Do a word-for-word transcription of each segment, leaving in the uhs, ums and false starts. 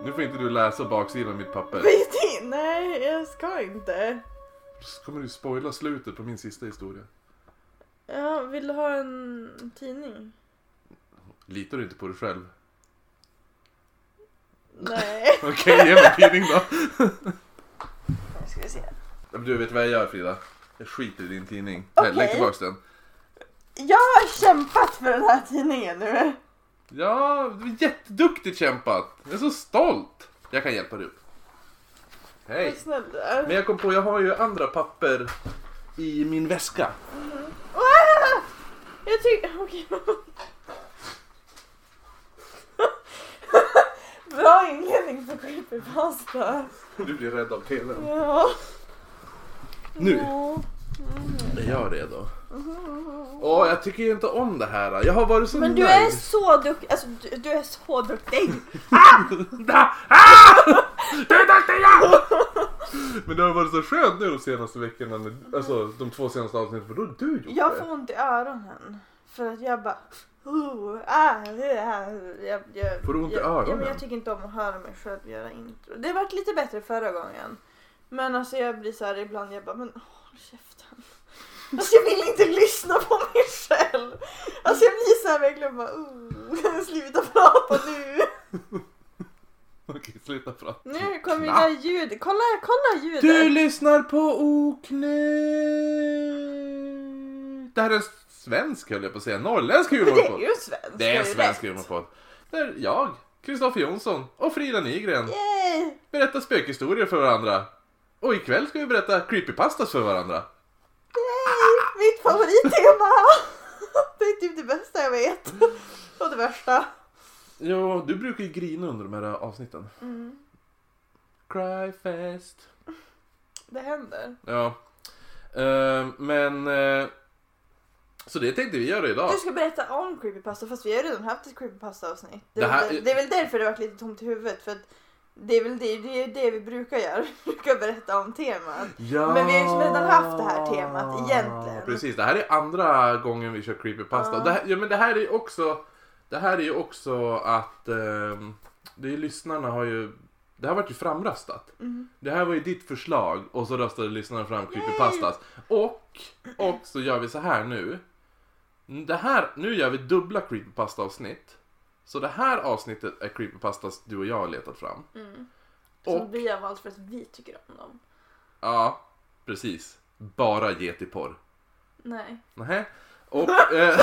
Nu får inte du läsa baksidan av mitt papper. Skit in, nej jag ska inte. Så kommer du spoila slutet på min sista historia. Ja, vill du ha en tidning? Litar du inte på dig själv? Nej. Okej, okay, ge mig en tidning då. Nu ska vi se. Du vet vad jag gör, Frida? Jag skiter i din tidning. Okay. Nej, lägg tillbaka den. Jag har kämpat för den här tidningen nu. Ja, du är jätteduktigt kämpat. Jag är så stolt. Jag kan hjälpa dig upp. Hej. Snälla. Men jag kom på, jag har ju andra papper i min väska. Mm. Ah! Jag tycker... Okej. Okay. Bra inledning för creepypasta. Du blir rädd av tvn. Ja. Nu ja. Mm. är jag redo. Åh, oh, jag tycker ju inte om det här. Jag har varit så Men du nöjd. är så duktig. Alltså, du, du är så duktig. Ah! Ah! Du är duktig, ja! Men det har varit så skönt nu de senaste veckorna. Alltså, de två senaste avsnitten. För då har du gjort jag det. får ont i öronen. För att jag bara... Uh, ah, jag, jag, får du ont i jag, öronen? Ja, men jag tycker inte om att höra mig själv göra intro. Det har varit lite bättre förra gången. Men alltså jag blir så här ibland. Jag bara, men håll käften. Alltså jag vill inte lyssna på mig själv. Alltså jag blir så här verkligen bara, uh, sluta prata nu. Okej, sluta prata. Nu kommer det där ljud. Kolla, kolla ljudet. Du lyssnar på Oknut. Det här är svensk, höll jag på att säga. Norrländsk humorpodd. Det är ju svensk. Det är en svensk humorpodd. Där jag, Kristoffer Jonsson och Frida Nygren Yay. berättar spökhistorier för varandra. Och ikväll ska vi berätta creepypastas för varandra. Yay, mitt favorittema. Det är typ det bästa jag vet. Och det värsta. Jo, du brukar ju grina under de här avsnitten. Mm. Cryfest. Det händer. Ja. Uh, men... Uh, så det tänkte vi göra idag. Du ska berätta om creepypasta, fast vi har redan haft ett creepypasta-avsnitt. Det, Det här- det, det är väl därför det har varit lite tomt i huvudet. För att det är väl det, det, är det vi brukar göra. Vi brukar berätta om temat. Ja. Men vi har ju liksom redan haft det här temat egentligen. Precis, det här är andra gången vi kör creepypasta. Ja. Och det här, ja, men det här är ju också... Det här är ju också att... Um, det är ju, lyssnarna har ju... Det här var ju framröstat. Mm. Det här var ju ditt förslag. Och så röstade lyssnarna fram creepypastas. Och, och så gör vi så här nu. Det här, nu gör vi dubbla creepypasta-avsnitt. Så det här avsnittet är creepypastas du och jag har letat fram. Mm. Och- Som vi har valt för att vi tycker om dem. Ja, precis. Bara getiporr. Nej. Nähä. Och, eh,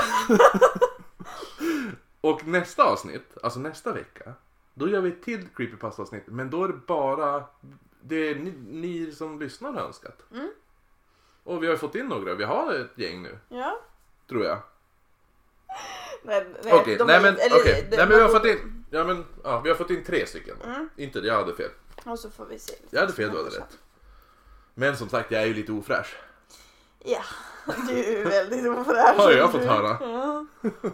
och nästa avsnitt, alltså nästa vecka, då gör vi ett till creepypasta-avsnitt. Men då är det bara det är ni, ni som lyssnar har önskat. Mm. Och vi har fått in några, vi har ett gäng nu, Ja. tror jag. Nej, nej, Okej, de nej är- men, eller- okej. det- nej men vi har de- fått in, ja men, ja, vi har fått in tre stycken. Mm. Inte det, jag hade fel. Och så får vi se. Jag hade fel, du hade rätt. Men som sagt, jag är ju lite ofräsch. Ja, du är väldigt ofräsch. Har jag fått höra. Ja.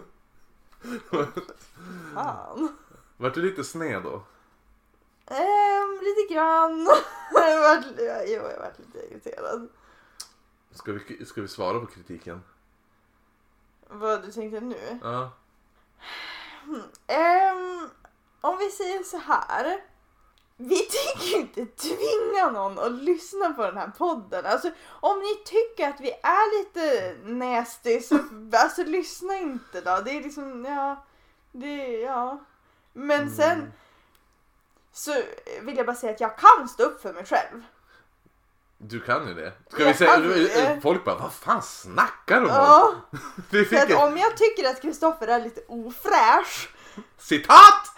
Fan. Vart du lite sned då? Ehm, lite grann. jag har varit, jag, jag har varit lite irriterad. Ska vi, ska vi svara på kritiken? Vad du tänkte nu? Ja. Ehm, om vi säger så här. Vi tycker inte tvinga någon att lyssna på den här podden. Alltså, om ni tycker att vi är lite nasty så alltså, lyssna inte då. Det är liksom, ja. Det, ja. Men Mm. sen så vill jag bara säga att jag kan stå upp för mig själv. Du kan ju det. Ska Jag vi säga, kan ju det. folk bara, vad fan snackar de om? Ja, Vi för fick att ett om jag tycker att Kristoffer är lite ofräsch citat!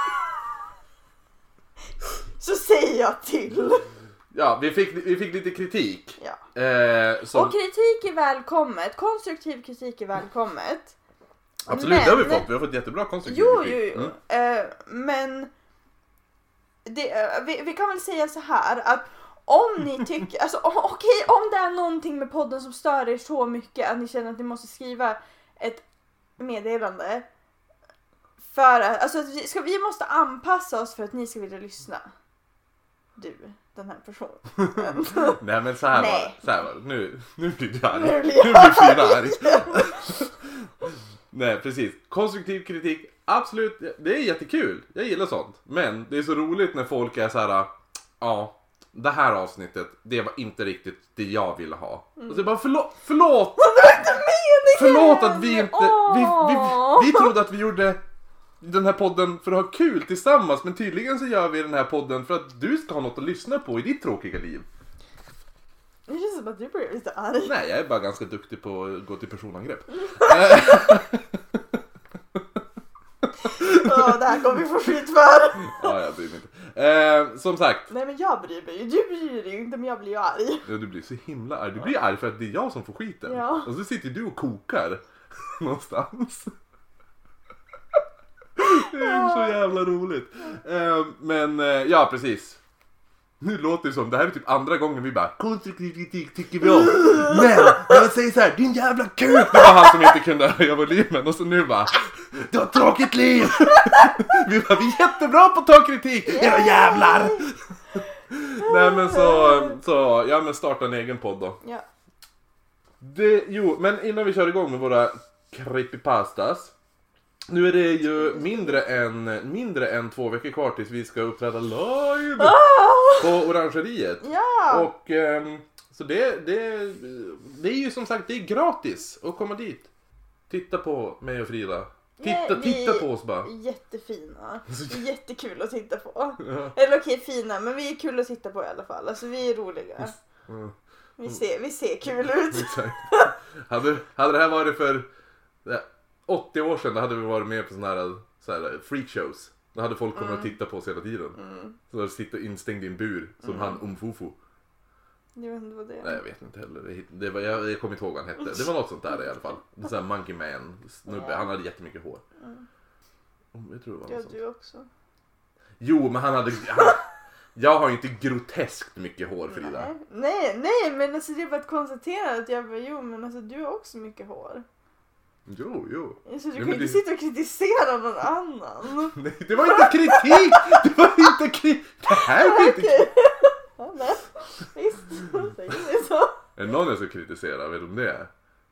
så säger jag till. Ja, vi fick, vi fick lite kritik. Ja. Eh, som, Och kritik är välkommet. Konstruktiv kritik är välkommet. absolut, men- det har vi fått. Vi har fått jättebra konstruktiv Jo, jo, kritik. jo. Mm. Eh, men det, eh, vi, vi kan väl säga så här att om ni tycker, alltså o- okej, om det är någonting med podden som stör er så mycket att ni känner att ni måste skriva ett meddelande för att, alltså att vi, ska, vi måste anpassa oss för att ni ska vilja lyssna. Du, den här personen. Nej men så här var Nej. det. Så här var det. Nu, nu blir du arg. Nu Nu blir blir jag Frida arg. Nej, precis. Konstruktiv kritik, absolut, det är jättekul. Jag gillar sånt. Men det är så roligt när folk är så här: ja, det här avsnittet, det var inte riktigt det jag ville ha. Mm. Och så bara, förlåt, förlåt! Förlåt att vi inte, vi, vi, vi, vi trodde att vi gjorde den här podden för att ha kul tillsammans. Men tydligen så gör vi den här podden för att du ska ha något att lyssna på i ditt tråkiga liv. Det känns som att du blir lite arg. Nej, jag är bara ganska duktig på att gå till personangrepp. Oh, det här kommer vi få skit för. Ja, jag bryr mig inte. Eh, som sagt. Nej, men jag bryr mig. Du bryr dig ju inte, men jag blir ju arg. Ja, du blir så himla arg. Du blir arg för att det är jag som får skiten. Ja. Och så sitter du och kokar någonstans. Det är så jävla roligt. Eh, men, eh, ja precis. Nu låter det som, det här är typ andra gången vi bara konstruktiv kritik tycker vi om. Men jag säger så här, din jävla kuk. Det var han som inte kunde höja volymen. Och så nu bara, du har ett tråkigt liv. Vi bara, vi är jättebra på att ta kritik. Era jävlar. Nej men så, så, ja men starta en egen podd då. Ja. Det, jo, men innan vi kör igång med våra creepypastas. Nu är det ju mindre än, mindre än två veckor kvar tills vi ska uppträda live Ah! på Orangeriet. Ja! Och um, så det, det, det är ju som sagt, det är gratis att komma dit. Titta på mig och Frida. Titta, Nej, vi titta på oss bara. är jättefina. Det är jättekul att titta på. Ja. Eller okej, fina, men vi är kul att titta på i alla fall. Alltså vi är roliga. Mm. Vi ser, vi ser kul ut. Exakt. hade, hade det här varit för åttio år sedan, då hade vi varit med på såna här, så här freakshows. Då hade folk kommit mm. och tittat på oss hela tiden. Mm. Så där sitter instängd i en bur som mm. han Umfufu. Jag vet inte vad det är. Nej, jag vet inte heller. Det var, jag, jag kommer inte ihåg vad han hette. Det var något sånt där i alla fall. En sån här monkey man snubbe. Ja. Han hade jättemycket hår. Mm. Jag tror det var något ja, sånt. du också. Jo, men han hade... Han, jag har ju inte groteskt mycket hår, Frida. Nej, nej, nej, men alltså det är bara att konstatera att jag bara, jo, men alltså du har också mycket hår. Jo, jo. Så du ja, kan inte det... sitta och kritisera någon annan. Nej, det var inte kritik! Det var inte kritik! Det här var inte kritik! Ja, nej. Visst, säger det så. Är det någon jag ska kritisera? Vet du om det är?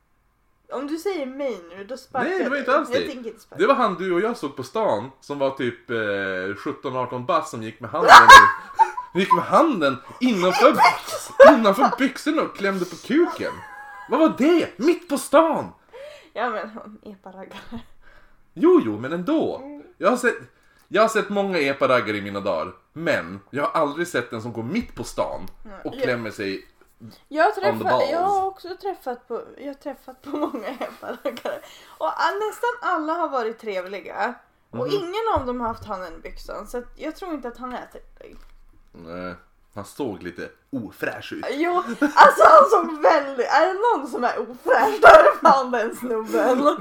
Om du säger mig nu, då sparkar Nej, det var inte alls det. inte Det var han du och jag såg på stan som var typ eh, sjutton arton bass som gick med handen gick med handen innanför, innanför byxorna och klämde på kuken. Vad var det? Mitt på stan! Ja, men hon epa-raggare. Jo, jo, men ändå. Jag har sett, jag har sett många epa-raggare i mina dagar. Men jag har aldrig sett en som går mitt på stan och klämmer sig. Jag har, träffat, jag har också träffat på, jag har träffat på många epa-raggare. Och nästan alla har varit trevliga. Och mm. ingen av dem har haft handen i byxan. Så jag tror inte att han är trevlig. Nej. Han såg lite ofräsch ut. Jo, alltså han såg väldigt... Är det någon som är ofräsch? Då är det fan den snubben.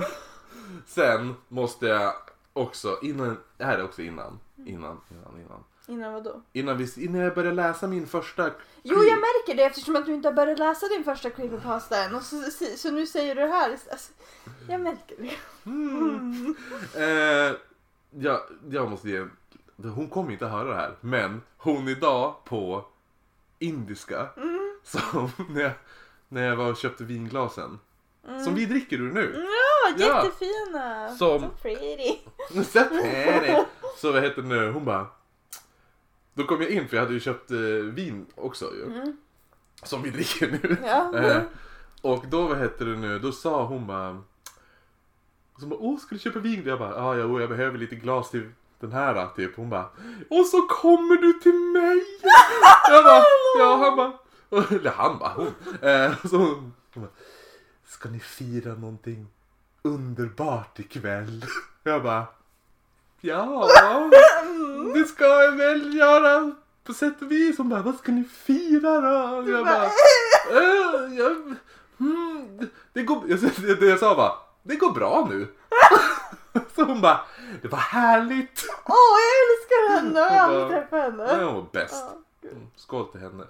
Sen måste jag också, innan, det här är också innan, innan, innan, innan. Innan vad då? Innan, vi, innan jag började läsa min första... Jo, jag märker det eftersom att du inte har börjat läsa din första creepypasta än. Och så, så, så nu säger du det här. Alltså, jag märker det. Mm. eh, jag, jag måste ge... Hon kommer inte höra det här. Men hon idag på indiska. Mm. Som när jag, när jag var och köpte vinglasen. Mm. Som vi dricker ur nu. Ja, jättefina. Ja, som, so pretty. So pretty. Så vad heter det nu? Hon bara... Då kom jag in för jag hade ju köpt eh, vin också ju. Mm. Som vi dricker nu. Ja. eh, och då vad heter det nu? Då sa hon bara... Så bara, åh, ska du köpa vin? Jag bara, ah, ja, jag behöver lite glas till den här typ. Hon bara, och så kommer du till mig. Jag bara, ja, han bara. Eller han bara, hon. Eh, så hon, hon bara, ska ni fira någonting underbart ikväll? Jag bara, ja, det ska jag väl göra på sätt och vis. Hon bara, vad ska ni fira då? Jag bara, äh, jag, hmm, det går, jag, det jag sa bara, det går bra nu. Så hon bara, det var härligt. Åh, oh, jag älskar henne. Jag har aldrig träffat henne. Ja, hon var bäst. Mm, skål till henne.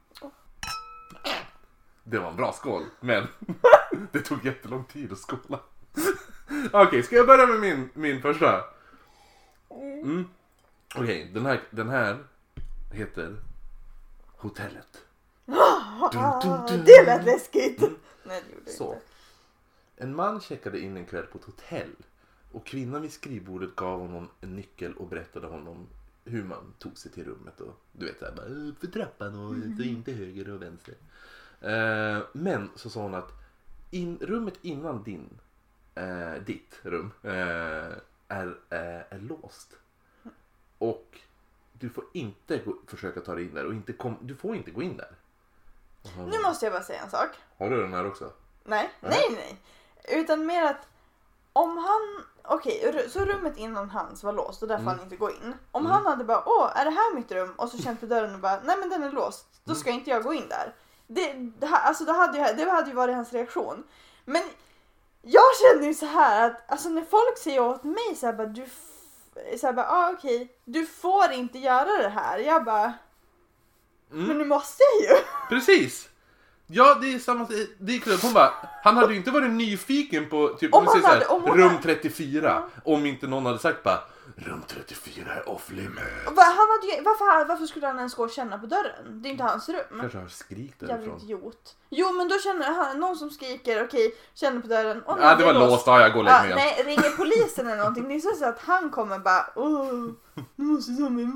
Det var en bra skål, men det tog jättelång tid att skåla. Okej, okay, ska jag börja med min, min första? Mm. Okej, okay, den, här, den här heter Hotellet. Dun, dun, dun. Det lät läskigt. Mm. Nej, det gjorde Så. inte. En man checkade in en kväll på ett hotell Och kvinnan vid skrivbordet gav honom en nyckel och berättade honom hur man tog sig till rummet. Och du vet, där, bara, för trappan och mm. inte höger och vänster. Eh, men så sa hon att in, rummet innan din, eh, ditt rum eh, är, är, är låst. Och du får inte gå, försöka ta dig in där. Och inte kom, du får inte gå in där. Nu måste jag bara säga en sak. Har du den här också? Nej, nej, nej. Utan mer att om han... Okej, okay, så rummet innan hans var låst och där får mm. han inte gå in. Om mm. han hade bara, åh, är det här mitt rum? Och så känt på dörren och bara, nej men den är låst. Då ska mm. inte jag gå in där. Det, det, alltså, det, hade ju, det hade ju varit hans reaktion. Men jag känner ju så här att alltså, när folk säger åt mig så här bara, du, så här bara, ah, okej, okay, du får inte göra det här. Jag bara, mm. men nu måste jag ju. Precis. Ja, det är samma, det är klart. Hon bara, han hade ju inte varit nyfiken på typ om om säger hade, så här, om rum hade, trettiofyra ja. Om inte någon hade sagt bara rum trettiofyra är off limit. Han hade ju, varför, varför skulle han ens gå och känna på dörren? Det är inte hans rum. Kanske har skrikt därifrån. Jävligt idiot. Jo, men då känner han någon som skriker, okej, okay, känner på dörren. Ja, ah, det var låst. Ja, jag går lägg med. Nej, ringer polisen eller någonting. Det är så att han kommer bara, åh, nu måste jag ta mig.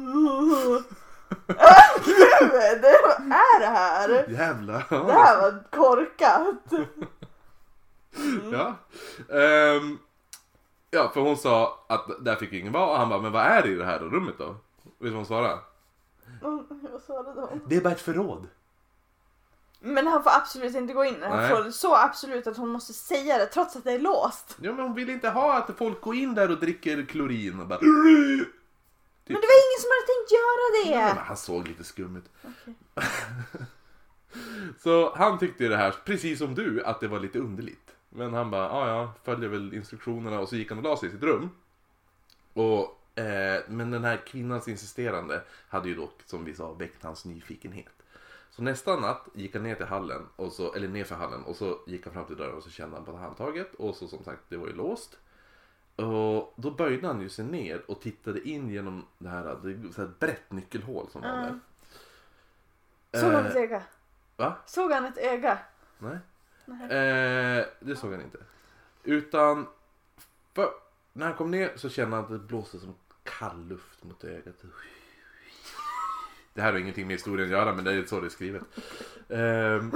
Gud, det, vad är det här? Jävlar. Det här var korkat. Mm. Ja. Um, ja, för hon sa att där fick ingen vara. Och han bara, men vad är det i det här rummet då? Vet du vad hon svarade? Vad sa det då? Det är bara ett förråd. Men han får absolut inte gå in. Han får så absolut att hon måste säga det trots att det är låst. Ja, men hon vill inte ha att folk går in där och dricker klorin och bara... Typ. Men det var ingen som hade tänkt göra det. Ja, men han såg lite skum ut. Okay. Så han tyckte det här, precis som du, att det var lite underligt. Men han bara, ja ja, följer väl instruktionerna. Och så gick han och la sig i sitt rum. Och, eh, men den här kvinnans insisterande hade ju dock, som vi sa, väckt hans nyfikenhet. Så nästa natt gick han ner till hallen, och så, eller ner för hallen. Och så gick han fram till dörren och så kände han på handtaget. Och så som sagt, det var ju låst. Och då böjde han ju sig ner och tittade in genom det här, det så här brett nyckelhål som mm. var där. Såg han ett öga? Va? Såg han ett öga? Nej. Nej. Eh, det såg han inte. Utan för, när han kom ner så kände han att det blåste som kall luft mot ögat. Det här har ingenting med historien att göra, men det är så det är skrivet. Eh,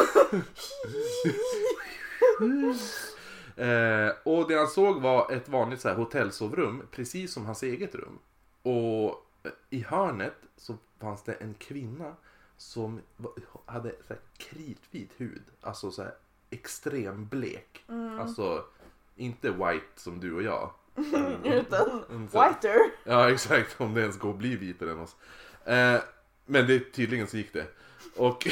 Eh, och det han såg var ett vanligt så här hotellsovrum, precis som hans eget rum. Och i hörnet så fanns det en kvinna som hade så här kritvit hud, alltså så här extrem blek. Mm. Alltså inte white som du och jag. Mm. Utan whiter. Ja, exakt, om det ens går att bli vitare än oss. Eh, men det tydligen så gick det. Och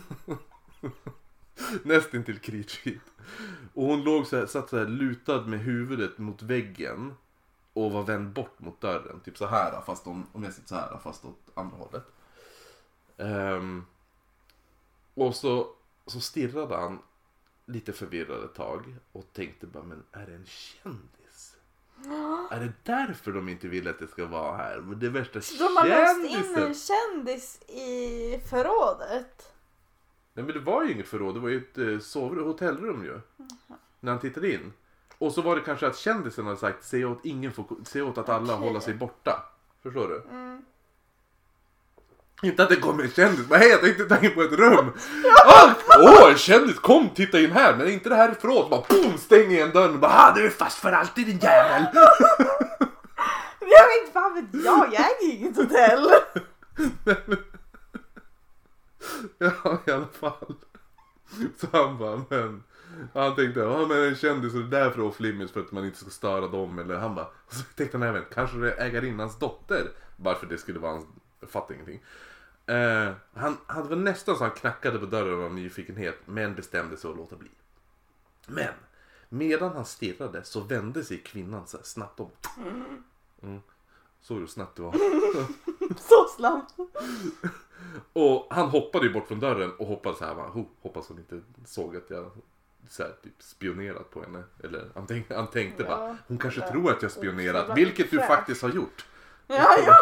nästan till kritvit. Och hon låg så här, satt så här lutad med huvudet mot väggen och var vänd bort mot dörren, typ så här, fast om, om jag sitter så här, fast åt andra hållet. Um, och så, så stirrade han lite förvirrad ett tag och tänkte bara, men är det en kändis? Är det därför de inte vill att det ska vara här? Men det värsta kändisen. De har låst in en kändis i förrådet. Nej, men det var ju inget förråd, det var ju ett eh, sovrum, hotellrum ju. Mm. När han tittade in. Och så var det kanske att kändisen hade sagt, se åt, ingen får, se åt att alla okay. håller sig borta. Förstår du? Mm. Inte att det kommer en kändis, men hej, jag tänkte ta in på ett rum. Åh, oh, en kändis, kom, titta in här. Men inte det här är förråd, bara boom, stäng igen dörren och bara, ah, du är fast för alltid, din jävel. Jag vet inte, fan vet jag, jag är inget hotell. Ja, i alla fall. Så han bara, men han tänkte, ja men en kändis är därför off limits för att man inte ska störa dem. Eller han bara, så tänkte han även, kanske det är ägarinnans dotter. Varför det skulle vara hans, jag fattar ingenting. Uh, han hade väl nästan så han knackade på dörren av nyfikenhet, men bestämde sig att låta bli. Men medan han stirrade så vände sig kvinnan så här snabbt om. Mm. Såg du snabbt det var? Så snabbt. Och han hoppade ju bort från dörren och hoppades så här, man, hoppas hon inte såg att jag så här, typ spionerat på henne. Eller han tänkte, han tänkte ja, bara, hon kanske ja, tror att jag spionerat, vilket du faktiskt har gjort. Ja, ja.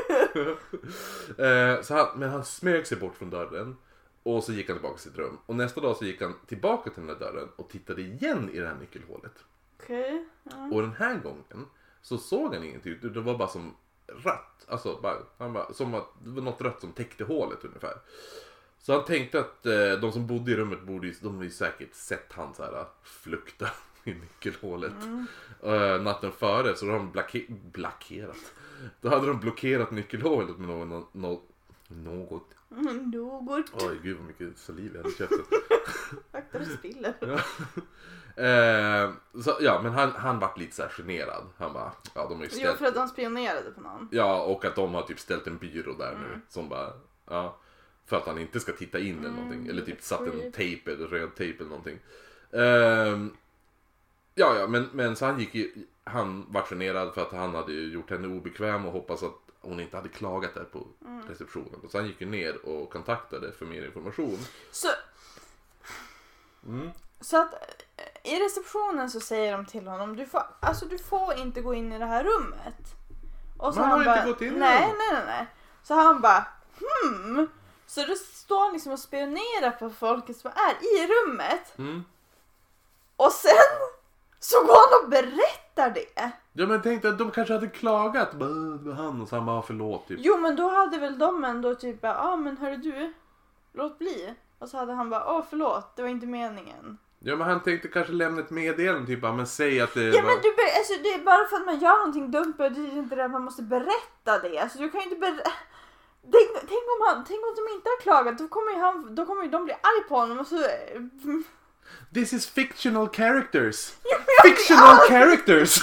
eh, så han, men han smög sig bort från dörren och så gick han tillbaka till sitt rum. Och nästa dag så gick han tillbaka till den där dörren och tittade igen i det här nyckelhålet. Okej. Okay. Och den här gången så såg han ingenting. Det var bara som rött. Alltså bara, han bara, som att det var något rött som täckte hålet ungefär. Så han tänkte att eh, de som bodde i rummet borde, de hade ju säkert sett han så här flukta i nyckelhålet. Mm. Uh, natten före så de blocke- blockerat. Då hade de blockerat nyckelhålet med någon, no- något. Mm, något. Oj gud vad mycket saliv jag hade köpt. Akta du spiller. Ja. Eh, så, ja, men han, han var lite så här generad. Han bara, ja de har ju ställt... Jo, för att de spionerade på någon. Ja, och att de har typ ställt en byrå där mm. nu. Som bara, ja. För att han inte ska titta in mm, eller någonting. Eller typ satt en tejp eller röd tejp eller någonting. Eh, ja, ja, men, men så han gick ju... Han var generad för att han hade gjort henne obekväm och hoppas att hon inte hade klagat där på mm. receptionen. Så han gick ju ner och kontaktade för mer information. Så... Mm. Så att i receptionen så säger de till honom, du får, alltså du får inte gå in i det här rummet. Och så Man han har bara, inte gått in i nej, rummet. nej, nej, nej. Så han bara, hmm. Så då står han liksom och spionerar på folket som är i rummet. Mm. Och sen så går han och berättar det. Ja, men tänkte att de kanske hade klagat. Bara, han och så han bara, förlåt typ. Jo, men då hade väl de ändå typ, ja ah, men hörru du, låt bli. Och så hade han bara, åh förlåt, det var inte meningen. Ja, men han tänkte kanske lämna ett meddelande typ, men säg att det Ja, var... men du, alltså, det är bara för att man gör någonting dumt, det är inte det att man måste berätta det. Alltså du kan ju inte berätta... Tänk, tänk, om han, tänk om de inte har klagat, då kommer ju, han, då kommer ju de bli arg på honom och så... This is fictional characters. Ja, fictional characters.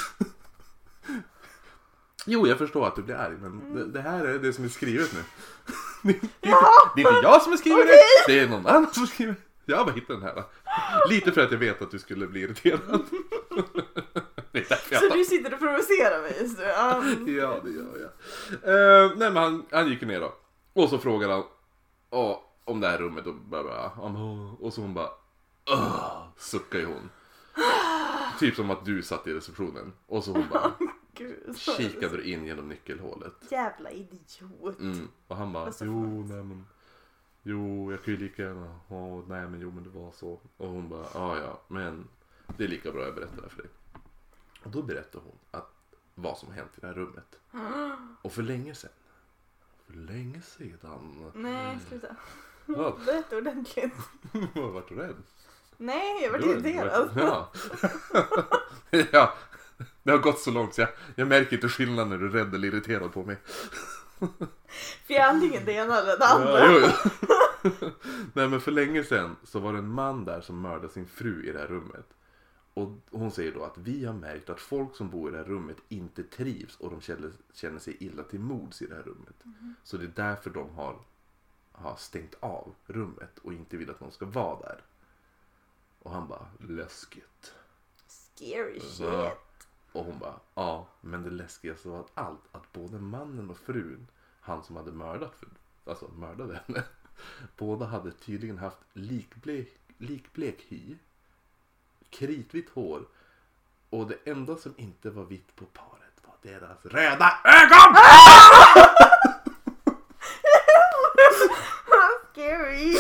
Jo, jag förstår att du blir arg, men mm. det, det här är det som är skrivet nu. Det är, inte, ja. det är inte jag som är skrivet Okay. det, det är någon annan som skriver. Jag bara hittade den här. Lite för att jag vet att du skulle bli irriterad. Det är jag så du sitter och provocerar mig just nu? Um. Ja, det gör jag. Uh, nej, men han, han gick ner då. Och så frågade han oh, om det här rummet. Och, bara, bara, oh, och så hon bara oh, suckar ju hon. Typ som att du satt i receptionen. Och så hon bara Gud, kikade in genom nyckelhålet. Jävla idiot. Mm. Och han bara, jo nej men jo jag kan ju lika gärna oh, nej men jo men det var så. Och hon bara, ja ja men det är lika bra jag berättar det för dig. Och då berättar hon att vad som hänt i det här rummet. Och för länge sedan för länge sedan nej sluta ja. Berätta ordentligt. Vad vart du rädd? Nej jag var irriterad. Ja. Ja. Det har gått så långt så jag, jag märker inte skillnad när du är rädd eller irriterad på mig. För jag är antingen det ena eller det andra. Ja, jo, jo. Nej men för länge sedan så var det en man där som mördade sin fru i det här rummet. Och hon säger då att vi har märkt att folk som bor i det här rummet inte trivs och de känner, känner sig illa till mods i det här rummet. Mm. Så det är därför de har, har stängt av rummet och inte vill att någon ska vara där. Och han bara, läskigt. Scary shit. Ja. Och hon bara, ja, men det läskigaste var allt att både mannen och frun, han som hade mördat, för, alltså mördade henne, båda hade tydligen haft likblek, likblek hy, kritvitt hår, och det enda som inte var vitt på paret var deras röda ögon! Scary.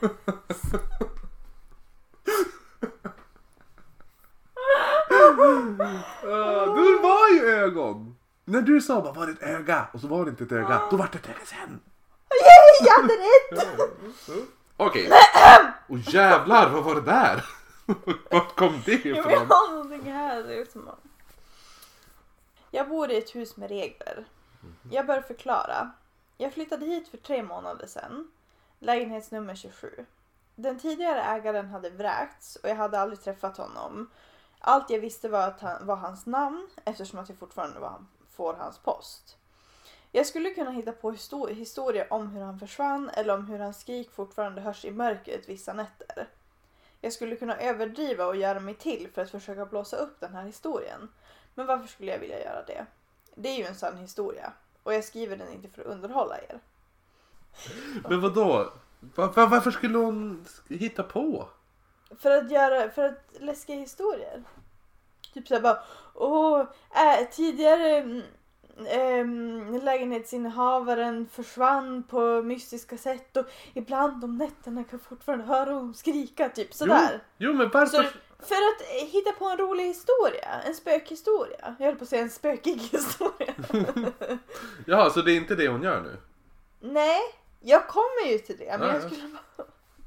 Uh, du var ju ögon. När du sa bara var det ett öga och så var det inte ett öga, då var det ett öga sen. Yay, jag hade rätt. Okej. Och jävlar, vad var det där? Vart kom det ifrån? Jag har någonting här. Det är som... Jag bor i ett hus med regler. Jag bör förklara. Jag flyttade hit för tre månader sedan. Lägenhetsnummer tjugosju. Den tidigare ägaren hade vräkts och jag hade aldrig träffat honom. Allt jag visste var att han var hans namn eftersom att jag fortfarande var, får hans post. Jag skulle kunna hitta på histor- historier om hur han försvann eller om hur hans skrik fortfarande hörs i mörkret vissa nätter. Jag skulle kunna överdriva och göra mig till för att försöka blåsa upp den här historien. Men varför skulle jag vilja göra det? Det är ju en sann historia och jag skriver den inte för att underhålla er. Men vadå? Var, var, varför skulle hon hitta på? För att göra, för att läska historier. Typ såhär bara, åh, äh, tidigare äh, lägenhetsinnehavaren försvann på mystiska sätt och ibland om nätterna kan fortfarande höra honom skrika, typ sådär. Jo, jo men varför? Så För att hitta på en rolig historia. En spökhistoria. Jag höll på att säga en spökig historia. Ja, så det är inte det hon gör nu? Nej, jag kommer ju till det. Men ja, jag skulle bara...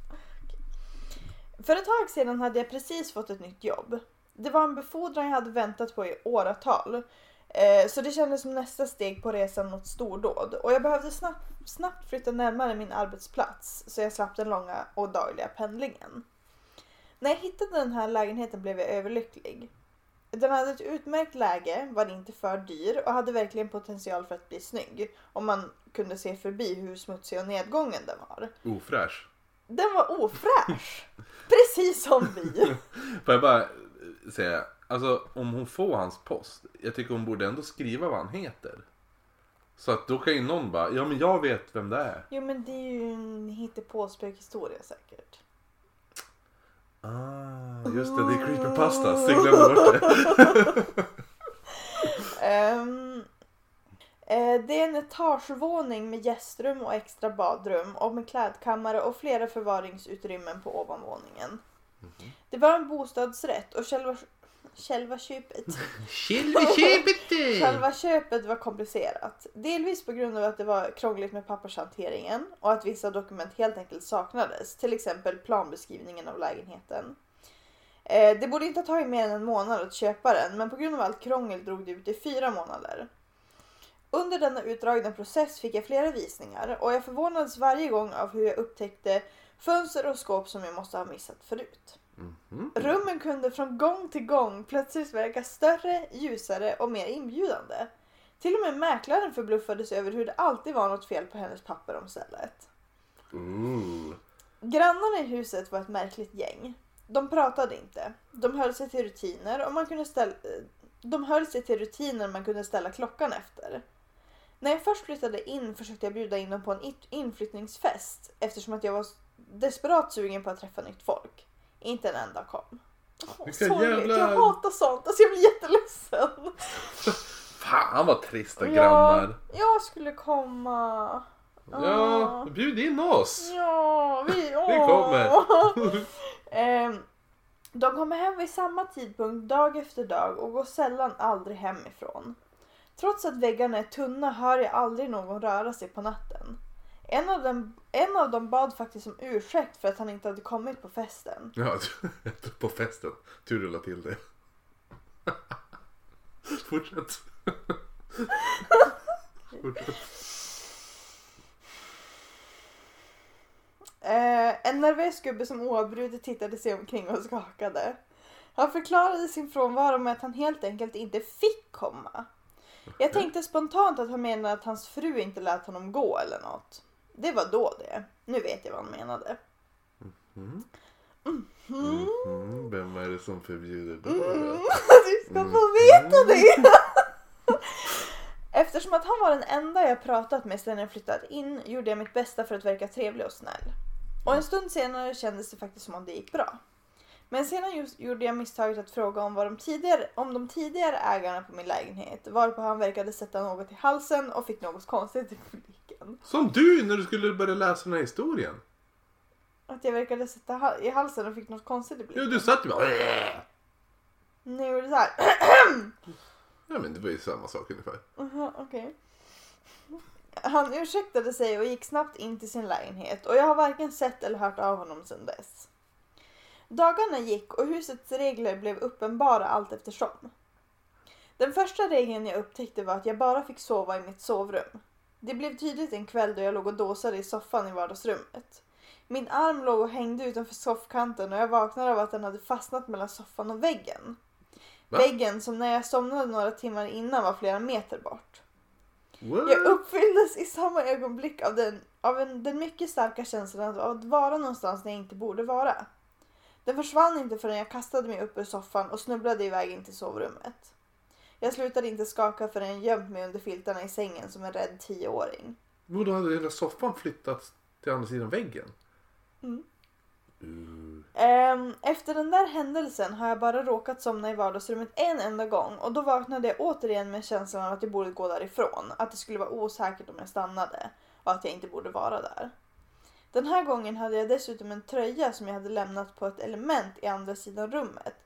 För ett tag sedan hade jag precis fått ett nytt jobb. Det var en befordran jag hade väntat på i åratal. Så det kändes som nästa steg på resan mot stordåd. Och jag behövde snabbt, snabbt flytta närmare min arbetsplats. Så jag slapp den långa och dagliga pendlingen. När jag hittade den här lägenheten blev jag överlycklig. Den hade ett utmärkt läge, var inte för dyr och hade verkligen potential för att bli snygg. Om man kunde se förbi hur smutsig och nedgången den var. Ofräsch. Den var ofräsch. Precis som vi. Får jag bara säga, alltså om hon får hans post, jag tycker hon borde ändå skriva vad han heter. Så att då kan ju någon bara, ja men jag vet vem det är. Jo men det är ju en hittepåspökhistoria säkert. Ah, just det, det är creepypasta. Så jag glömde bort det. um, eh, det är en etagevåning med gästrum och extra badrum och med klädkammare och flera förvaringsutrymmen på ovanvåningen. Mm-hmm. Det var en bostadsrätt och själva, själva köpet själva köpet själva köpet var komplicerat. Delvis på grund av att det var krångligt med pappershanteringen och att vissa dokument helt enkelt saknades. Till exempel planbeskrivningen av lägenheten. Eh, det borde inte ha tagit mer än en månad att köpa den, men på grund av allt krångel drog det ut i fyra månader. Under denna utdragna process fick jag flera visningar och jag förvånades varje gång av hur jag upptäckte fönster och skåp som jag måste ha missat förut. Mm-hmm. Rummen kunde från gång till gång plötsligt verka större, ljusare och mer inbjudande. Till och med mäklaren förbluffades över hur det alltid var något fel på hennes papper om stället. Mm. Grannarna i huset var ett märkligt gäng. De pratade inte. De höll sig till rutiner och man kunde ställa... De höll sig till rutiner man kunde ställa klockan efter. När jag först flyttade in försökte jag bjuda in dem på en inflyttningsfest eftersom att jag var desperat sugen på att träffa nytt folk. Inte en enda kom. Oh, jävla... Jag hatar sånt. Alltså jag blir jätteledsen. Fan vad trista grannar. Ja, jag skulle komma. Ja, bjud in oss. Ja, vi, vi kommer. um, de kommer hem vid samma tidpunkt dag efter dag och går sällan aldrig hemifrån. Trots att väggarna är tunna hör jag aldrig någon röra sig på natten. En av, dem, en av dem bad faktiskt om ursäkt för att han inte hade kommit på festen. Ja, på festen. Tur du la till det. Fortsätt. Fortsätt. Eh, en nervös gubbe som oavbrutet tittade sig omkring och skakade. Han förklarade sin frånvaro med att han helt enkelt inte fick komma. Jag tänkte spontant att han menade att hans fru inte lät honom gå eller något. Det var då det. Nu vet jag vad han menade. Mm. Mm-hmm. Mm-hmm. Vem är det som förbjuder det? Mm. Du ska få veta det. Eftersom att han var den enda jag pratat med sedan jag flyttat in gjorde jag mitt bästa för att verka trevlig och snäll. Och en stund senare kändes det faktiskt som om det gick bra. Men sedan just gjorde jag misstaget att fråga om, vad de tidigare, om de tidigare ägarna på min lägenhet, varpå han verkade sätta något i halsen och fick något konstigt i publiken. Som du när du skulle börja läsa den här historien. Att jag verkade sätta i halsen och fick något konstigt i blicken. Ja, du satt ju bara... Nu gjorde det så här. Ja, men det var ju samma sak ungefär. Uh-huh, okej. Okay. Han ursäktade sig och gick snabbt in till sin lägenhet och jag har varken sett eller hört av honom sedan dess. Dagarna gick och husets regler blev uppenbara allt eftersom. Den första regeln jag upptäckte var att jag bara fick sova i mitt sovrum. Det blev tydligt en kväll då jag låg och dåsade i soffan i vardagsrummet. Min arm låg och hängde utanför soffkanten och jag vaknade av att den hade fastnat mellan soffan och väggen. Va? Väggen som när jag somnade några timmar innan var flera meter bort. What? Jag uppfylldes i samma ögonblick av den, av en, den mycket starka känslan av att vara någonstans där jag inte borde vara. Den försvann inte förrän jag kastade mig upp ur soffan och snubblade iväg in till sovrummet. Jag slutade inte skaka förrän jag gömt mig under filtarna i sängen som en rädd tioåring. Då hade hela soffan flyttats till andra sidan väggen? Mm. Uh. Efter den där händelsen har jag bara råkat somna i vardagsrummet en enda gång. Och då vaknade jag återigen med känslan av att jag borde gå därifrån. Att det skulle vara osäkert om jag stannade. Och att jag inte borde vara där. Den här gången hade jag dessutom en tröja som jag hade lämnat på ett element i andra sidan rummet.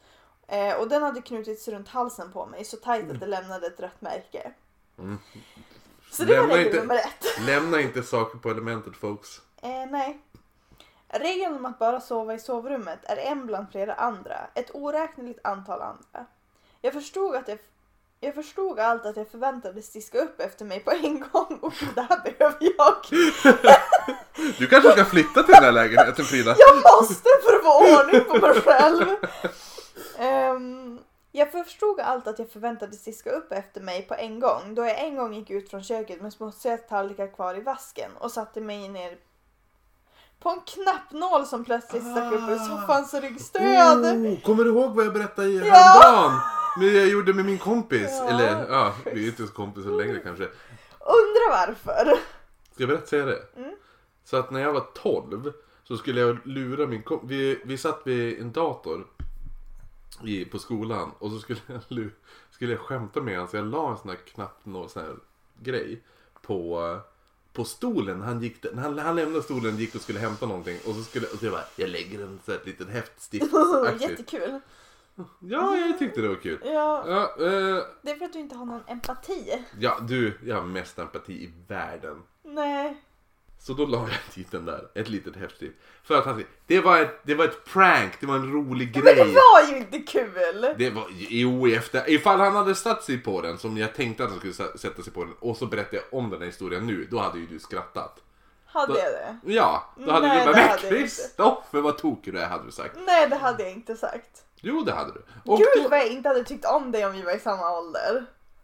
Eh, och den hade knutits runt halsen på mig så tajt att det lämnade ett rött märke. Mm. Så det lämna var regel inte, nummer ett. Lämna inte saker på elementet, folks. Eh, nej. Regeln om att bara sova i sovrummet är en bland flera andra. Ett oräkneligt antal andra. Jag förstod att jag... Jag förstod allt att jag förväntades diska upp efter mig på en gång och det här behöver jag. Du kanske ska flytta till den här lägenheten, Frida. Jag måste för att få ordning på mig själv. Um, jag förstod allt att jag förväntades diska upp efter mig på en gång då jag en gång gick ut från köket med smutsiga tallrikar kvar i vasken och satte mig ner på en knappnål som plötsligt stack upp ur soffans ryggstöd. Oh, kommer du ihåg vad jag berättade i Ja. häromdagen? Men jag gjorde med min kompis. Ja. Eller, ja, vi är inte så kompisar längre kanske. Undrar varför. Ska jag berätta säga det? Mm. Så att när jag var tolv så skulle jag lura min kompis. Vi, vi satt vid en dator i, på skolan. Och så skulle jag, lu- skulle jag skämta med honom. Så jag la en sån här knappnål, sån här grej på... På stolen, han gick, när han, han lämnade stolen gick och skulle hämta någonting. Och så skulle och så jag bara, jag lägger en sån här liten häftstift. Jättekul. Ja, jag tyckte det var kul. Ja, Ja, eh, det är för att du inte har någon empati. ja, du, jag har mest empati i världen. Nej. Så då la jag dit den där, ett litet häftstift. För att han det var ett, det var ett prank, det var en rolig Men grej. det var ju inte kul. Det var, jo, efter, ifall han hade satt sig på den som jag tänkte att han skulle sa- sätta sig på den. Och så berättade jag om den här historien nu, då hade ju du skrattat. Hade Då- jag det? Ja, då hade Nej, du bara, det men hade jag inte." Kristoffer vad tokig du är, hade du sagt. Nej, det hade jag inte sagt. Jo, det hade du. Och Gud då... vad jag inte hade tyckt om dig om vi var i samma ålder.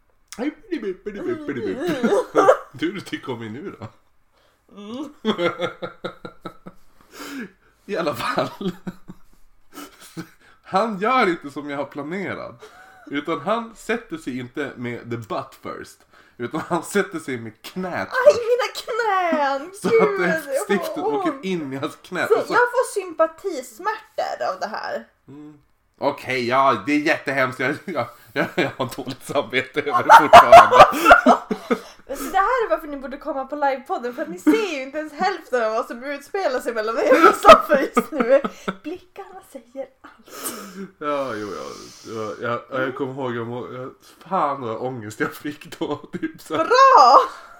Du, du tycker om mig nu då? Mm. I alla fall. Han gör inte som jag har planerat. Utan han sätter sig inte med the butt first. Utan han sätter sig med knät Aj, först. mina knän! Så Gud, att jag stiftet får åker ont. in i hans knä. Se, Och så... jag får sympatismärtor av det här. mm. Okej, okay, ja, det är jättehemskt. Jag, jag, jag, jag har dåligt samvete över det fortfarande. Men så det här är varför ni borde komma på livepodden. För att ni ser ju inte ens hälften av vad som utspelar sig mellan mig och Kristoffer just nu. Blickarna säger allt. Ja, jo, ja. Jag, jag, jag kommer ihåg, jag, må- jag, fan vad ångest jag fick då. Typ så. Bra!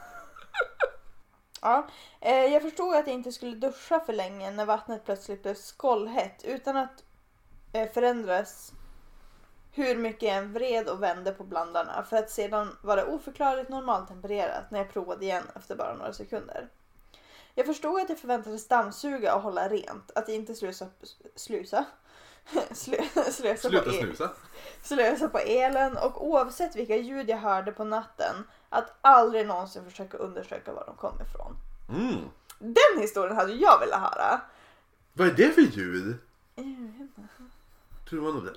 Ja, eh, jag förstod att jag inte skulle duscha för länge när vattnet plötsligt blev skållhett utan att eh, förändras hur mycket jag än vred och vände på blandarna för att sedan vara oförklarligt normaltempererat när jag provade igen efter bara några sekunder. Jag förstod att jag förväntades dammsuga och hålla rent, att inte slusa, slusa, slö, slösa, Sluta på el, snusa. slösa på elen och oavsett vilka ljud jag hörde på natten att aldrig någonsin försöka undersöka var de kom ifrån. Mm. Den historien hade jag velat höra. Vad är det för ljud? Jag vet inte. Tror du det var något där?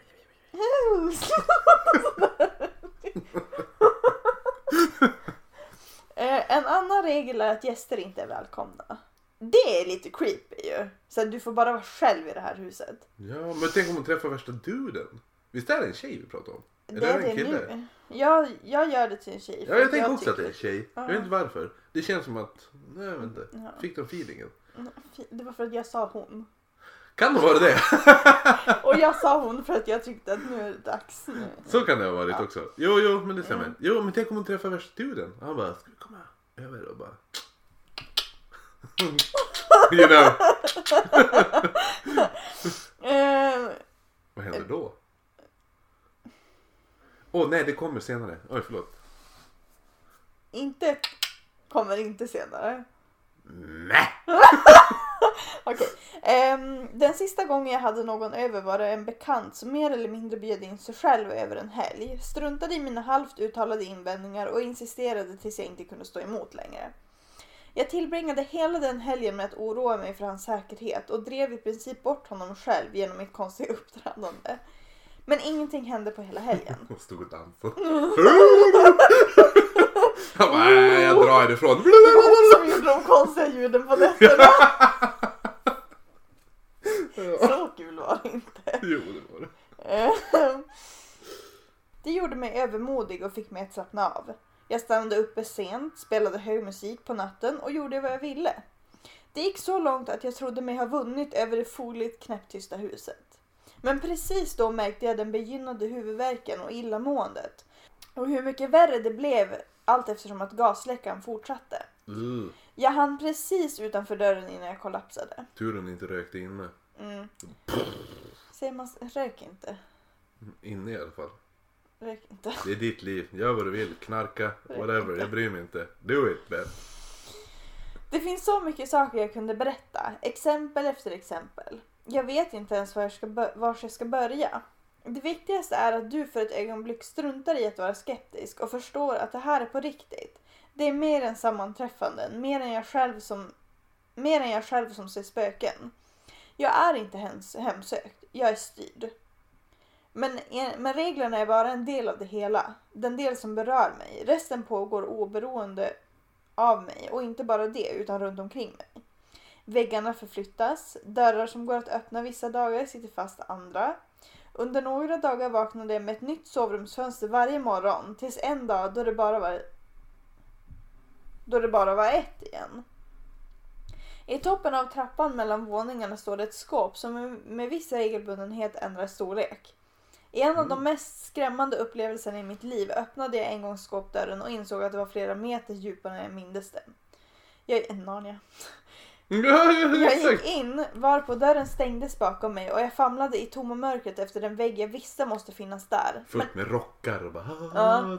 Eh, En annan regel är att gäster inte är välkomna. Det är lite creepy ju. Så att du får bara vara själv i det här huset. Ja, men tänk om hon träffar värsta duden. Visst är det en tjej vi pratar om? Eller Det är en det kille? nu. Jag, jag gör det till en tjej. för Ja, jag att tänker också att det är tycker- en tjej. Jag Ja. vet inte varför. Det känns som att, nej jag vet inte. Ja. Fick de feelingen? Det var för att jag sa hon. Kan det vara det? Och jag sa hon för att jag tyckte att nu är det dags. Nu. Så kan det ha varit Ja. också. Jo, jo, men det stämmer. Mm. Jo, men tänk om hon träffar värsta duden. Och han bara, ska vi komma över och bara... You know. Eh, Vad händer då? Åh oh, nej, det kommer senare. Oj, förlåt. inte kommer inte senare. Nej. Okej. Ehm, den sista gången jag hade någon över var det en bekant som mer eller mindre bjöd in sig själv över en helg. Struntade i mina halvt uttalade invändningar och insisterade tills jag inte kunde stå emot längre. Jag tillbringade hela den helgen med att oroa mig för hans säkerhet och drev i princip bort honom själv genom mitt konstiga uppträdande. Men ingenting hände på hela helgen. Hon stod och dansade. Han bara, nej, jag drar härifrån. Det var hon som gjorde de konstiga ljuden på nätterna. Så kul var det inte. Jo, det var det. Ehm, Det gjorde mig övermodig och fick mig att slappna av. Jag stannade uppe sent, spelade hög musik på natten och gjorde vad jag ville. Det gick så långt att jag trodde mig ha vunnit över det foligt knäpptysta huset. Men precis då märkte jag den begynnande huvudvärken och illamåendet. Och hur mycket värre det blev allt eftersom att gasläckan fortsatte. Uh. Jag hann precis utanför dörren innan jag kollapsade. Turen inte rökte inne. Mm. Säger man rök inte? Inne i alla fall. Rök inte. Det är ditt liv. Gör vad du vill. Knarka. Whatever. Jag bryr mig inte. Do it, Beth. Det finns så mycket saker jag kunde berätta. Exempel efter exempel. Jag vet inte ens var jag ska, bör- var jag ska börja. Det viktigaste är att du för ett ögonblick struntar i att vara skeptisk och förstår att det här är på riktigt. Det är mer än sammanträffanden, mer än jag själv som, mer än jag själv som ser spöken. Jag är inte hems- hemsökt, jag är styrd. Men, men reglerna är bara en del av det hela, den del som berör mig. Resten pågår oberoende av mig och inte bara det utan runt omkring mig. Väggarna förflyttas, dörrar som går att öppna vissa dagar sitter fast andra. Under några dagar vaknade jag med ett nytt sovrumsfönster varje morgon tills en dag då det bara var då det bara var ett igen. I toppen av trappan mellan våningarna står det ett skåp som med, med viss regelbundenhet ändrar storlek. I en av de mest skrämmande upplevelserna i mitt liv öppnade jag en gång skåpdörren och insåg att det var flera meter djupare än jag mindes det. Jag är en Narnia. Jag gick in, var på dörren stängdes bakom mig och jag famlade i tomma mörkret efter den vägg jag visste måste finnas där. Fullt med rockar och bara... Ja.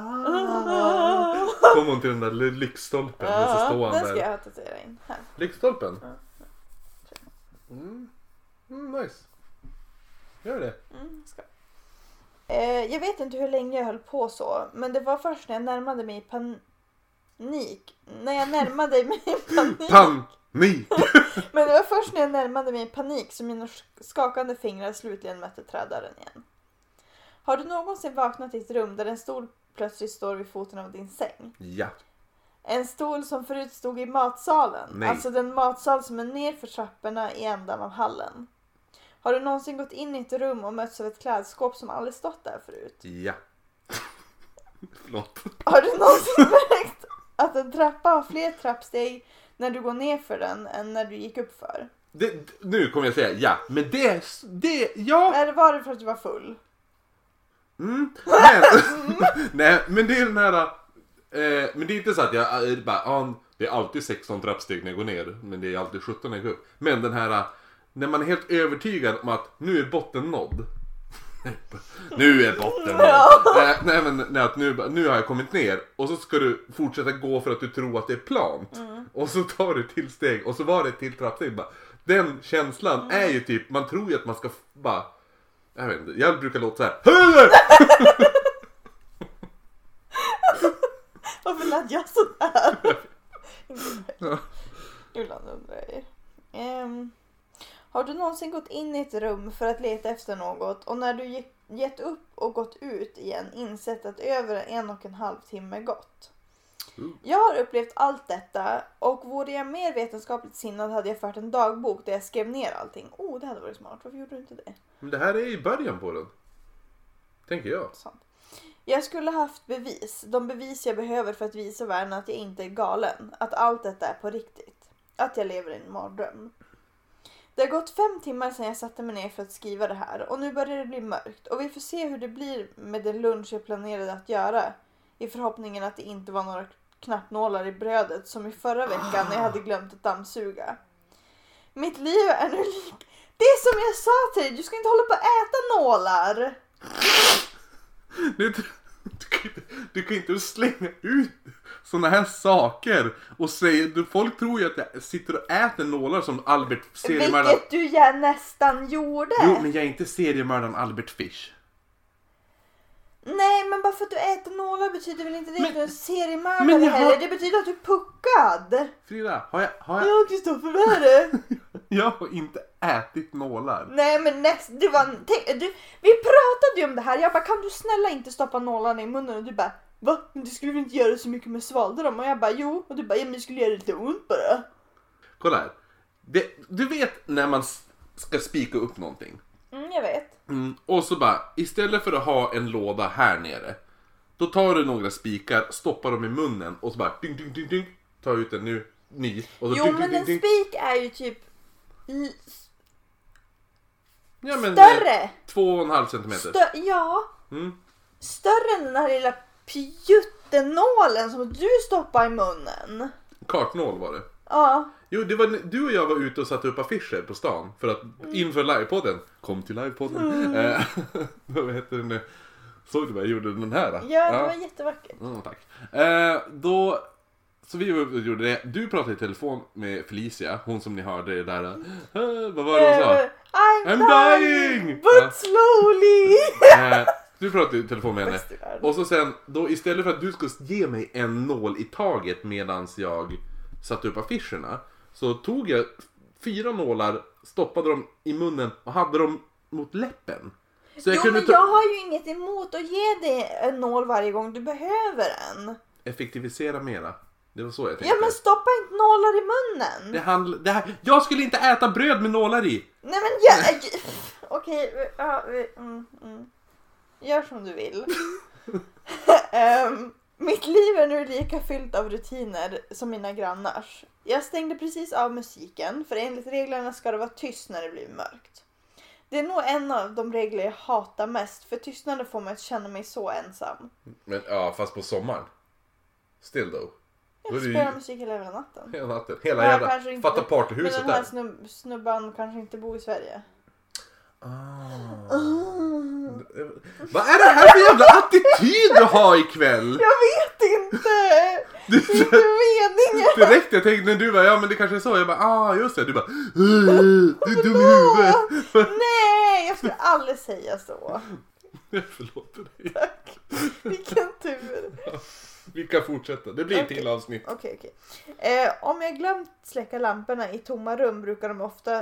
Kom hon till den där lyktstolpen. Ja, så står han den där. ska jag tatuera in här. Lyktstolpen? Ja. Mm. Mm, nice. Gör det. Mm, ska. Eh, jag vet inte hur länge jag höll på så, men det var först när jag närmade mig i panik. När jag närmade mig i panik. Panik! Men det var först när jag närmade mig i panik som mina skakande fingrar slutligen mötte trädörren igen. Har du någonsin vaknat i ett rum där en stol plötsligt står vid foten av din säng? Ja. En stol som förut stod i matsalen. Nej. Alltså den matsal som är ner för trapporna i ändan av hallen. Har du någonsin gått in i ett rum och mötts av ett klädskåp som aldrig stått där förut? Ja. Förlåt. Har du någonsin märkt att en trappa har fler trappsteg när du går ner för den än när du gick upp för? Det, nu kommer jag säga ja. Men det, det, ja. Eller var det för att du var full? Mm. Men, nej, men det är den här... Eh, men det är inte så att jag eh, bara... Ah, det är alltid sexton trappsteg när jag går ner. Men det är alltid sjutton när jag går upp. Men den här... När man är helt övertygad om att nu är botten nådd. Nu är botten nådd. eh, nej men nej, att nu, nu har jag kommit ner. Och så ska du fortsätta gå för att du tror att det är plant. Mm. Och så tar du till steg. Och så var det ett till trappsteg. Bara. Den känslan mm. är ju typ... Man tror ju att man ska bara... Jag vet inte. Jag brukar låta så här. Varför lät jag sådär? Ibland undrar jag ju. Um, har du någonsin gått in i ett rum för att leta efter något och när du gett upp och gått ut igen insett att över en och en halv timme gått? Mm. Jag har upplevt allt detta och vore jag mer vetenskapligt sinnad hade jag fört en dagbok där jag skrev ner allting. Oh, det hade varit smart. Varför gjorde du inte det? Men det här är i början på den. Tänker jag. Sant. Jag skulle haft bevis. De bevis jag behöver för att visa världen att jag inte är galen. Att allt detta är på riktigt. Att jag lever i en mardröm. Det har gått fem timmar sedan jag satte mig ner för att skriva det här. Och nu börjar det bli mörkt. Och vi får se hur det blir med den lunch jag planerade att göra. I förhoppningen att det inte var några knappnålar i brödet. Som i förra veckan när jag hade glömt att dammsuga. Mitt liv är nu lik... Det är som jag sa till dig. Du ska inte hålla på att äta nålar. Du, du, kan inte, du kan inte slänga ut såna här saker och säga, du, folk tror ju att jag sitter och äter nålar som Albert seriemördaren. Vilket du ja nästan gjorde. Jo, men jag är inte seriemördaren Albert Fish. Nej, men bara för att du äter nålar betyder väl inte det men, att du är en seriemördare heller. Har... Det betyder att du är puckad. Frida, har jag... Har jag... Ja, Kristoffer, vad är det? Jag har inte ätit nålar. Nej, men näst, du var... Tänk, du, vi pratade ju om det här. Jag bara, kan du snälla inte stoppa nålarna i munnen? Och du bara, va? Men du skulle väl inte göra så mycket med svalde dem? Och jag bara, jo. Och du bara, ja, men det skulle göra lite ont bara. Kolla här. Det, du vet när man ska spika upp någonting. Mm, jag vet. Mm, och så bara, istället för att ha en låda här nere, då tar du några spikar, stoppar dem i munnen och så bara ding, ding, ding, ding, ta ut en nu, ny. Och så jo, ding, men ding, en ding, spik är ju typ... Ja, men, Större! Två och en halv centimeter. Stö- ja. Mm. Större än den här lilla pjuttenålen som du stoppar i munnen. Kartnål var det. Ja. Jo, det var, du och jag var ute och satte upp affischer på stan för att inför livepodden. Kom till livepodden. Mm. Eh, vad heter den? Såg du vad jag gjorde den här? Då? Ja, det ja. var jättevackert. Mm, tack. Eh, då, så vi gjorde det. Du pratade i telefon med Felicia, hon som ni hörde där. Eh, vad var det hon sa? Uh, I'm, I'm dying, dying! but ja. slowly. eh, du pratade i telefon med henne. Och så sen, då istället för att du skulle ge mig en nål i taget medans jag satte upp affischerna, så tog jag fyra nålar, stoppade dem i munnen och hade dem mot läppen. Så jag jo, kunde men ta... jag har ju inget emot att ge dig en nål varje gång du behöver en. Effektivisera mera. Det var så jag tänkte. Ja, men stoppa inte nålar i munnen. Det handl... det här... Jag skulle inte äta bröd med nålar i. Nej, men jag... Okej, okay, ja, mm, mm. Gör som du vill. um, mitt liv är nu lika fyllt av rutiner som mina grannars. Jag stängde precis av musiken, för enligt reglerna ska det vara tyst när det blir mörkt. Det är nog en av de regler jag hatar mest, för tystnaden får mig att känna mig så ensam. Men ja, fast på sommaren. Still though. Jag spelar ju... musik hela natten. Hela natten. Hela ja, jävla... Inte... Fatta partyhuset där. Men den här snubb... snubban kanske inte bor i Sverige. Ah. Mm. Vad är det här för jävla attityd du har ikväll? Jag vet inte. Det är inte meningen. Direkt jag tänkte när du var, ja men det kanske är så. Jag bara, ah just det. Du bara, du är dum i huvudet. Nej, jag skulle aldrig säga så. Jag förlåter dig. Tack. Vilken tur. Vi kan fortsätta. Det blir okay. till avsnitt. Okej, okay, okej. Okay. Eh, om jag glömt släcka lamporna i tomma rum brukar de ofta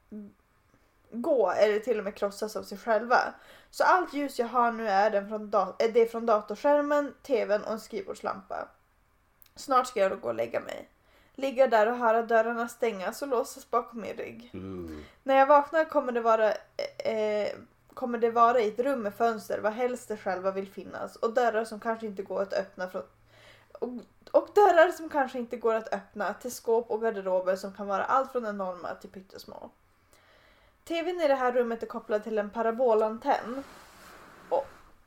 gå eller till och med krossas av sig själva. Så allt ljus jag har nu är, den från dat- är det från datorskärmen, tvn och en skrivbordslampa. Snart ska jag då gå och lägga mig. Ligga där och höra dörrarna stängas och låsas bakom min rygg. Mm. När jag vaknar kommer det vara eh, kommer det vara i ett rum med fönster vad helst det själva vill finnas. Och dörrar som kanske inte går att öppna från... Och, och dörrar som kanske inte går att öppna till skåp och garderober som kan vara allt från enorma till pyttesmå. Tvn i det här rummet är kopplad till en parabolantenn. Och,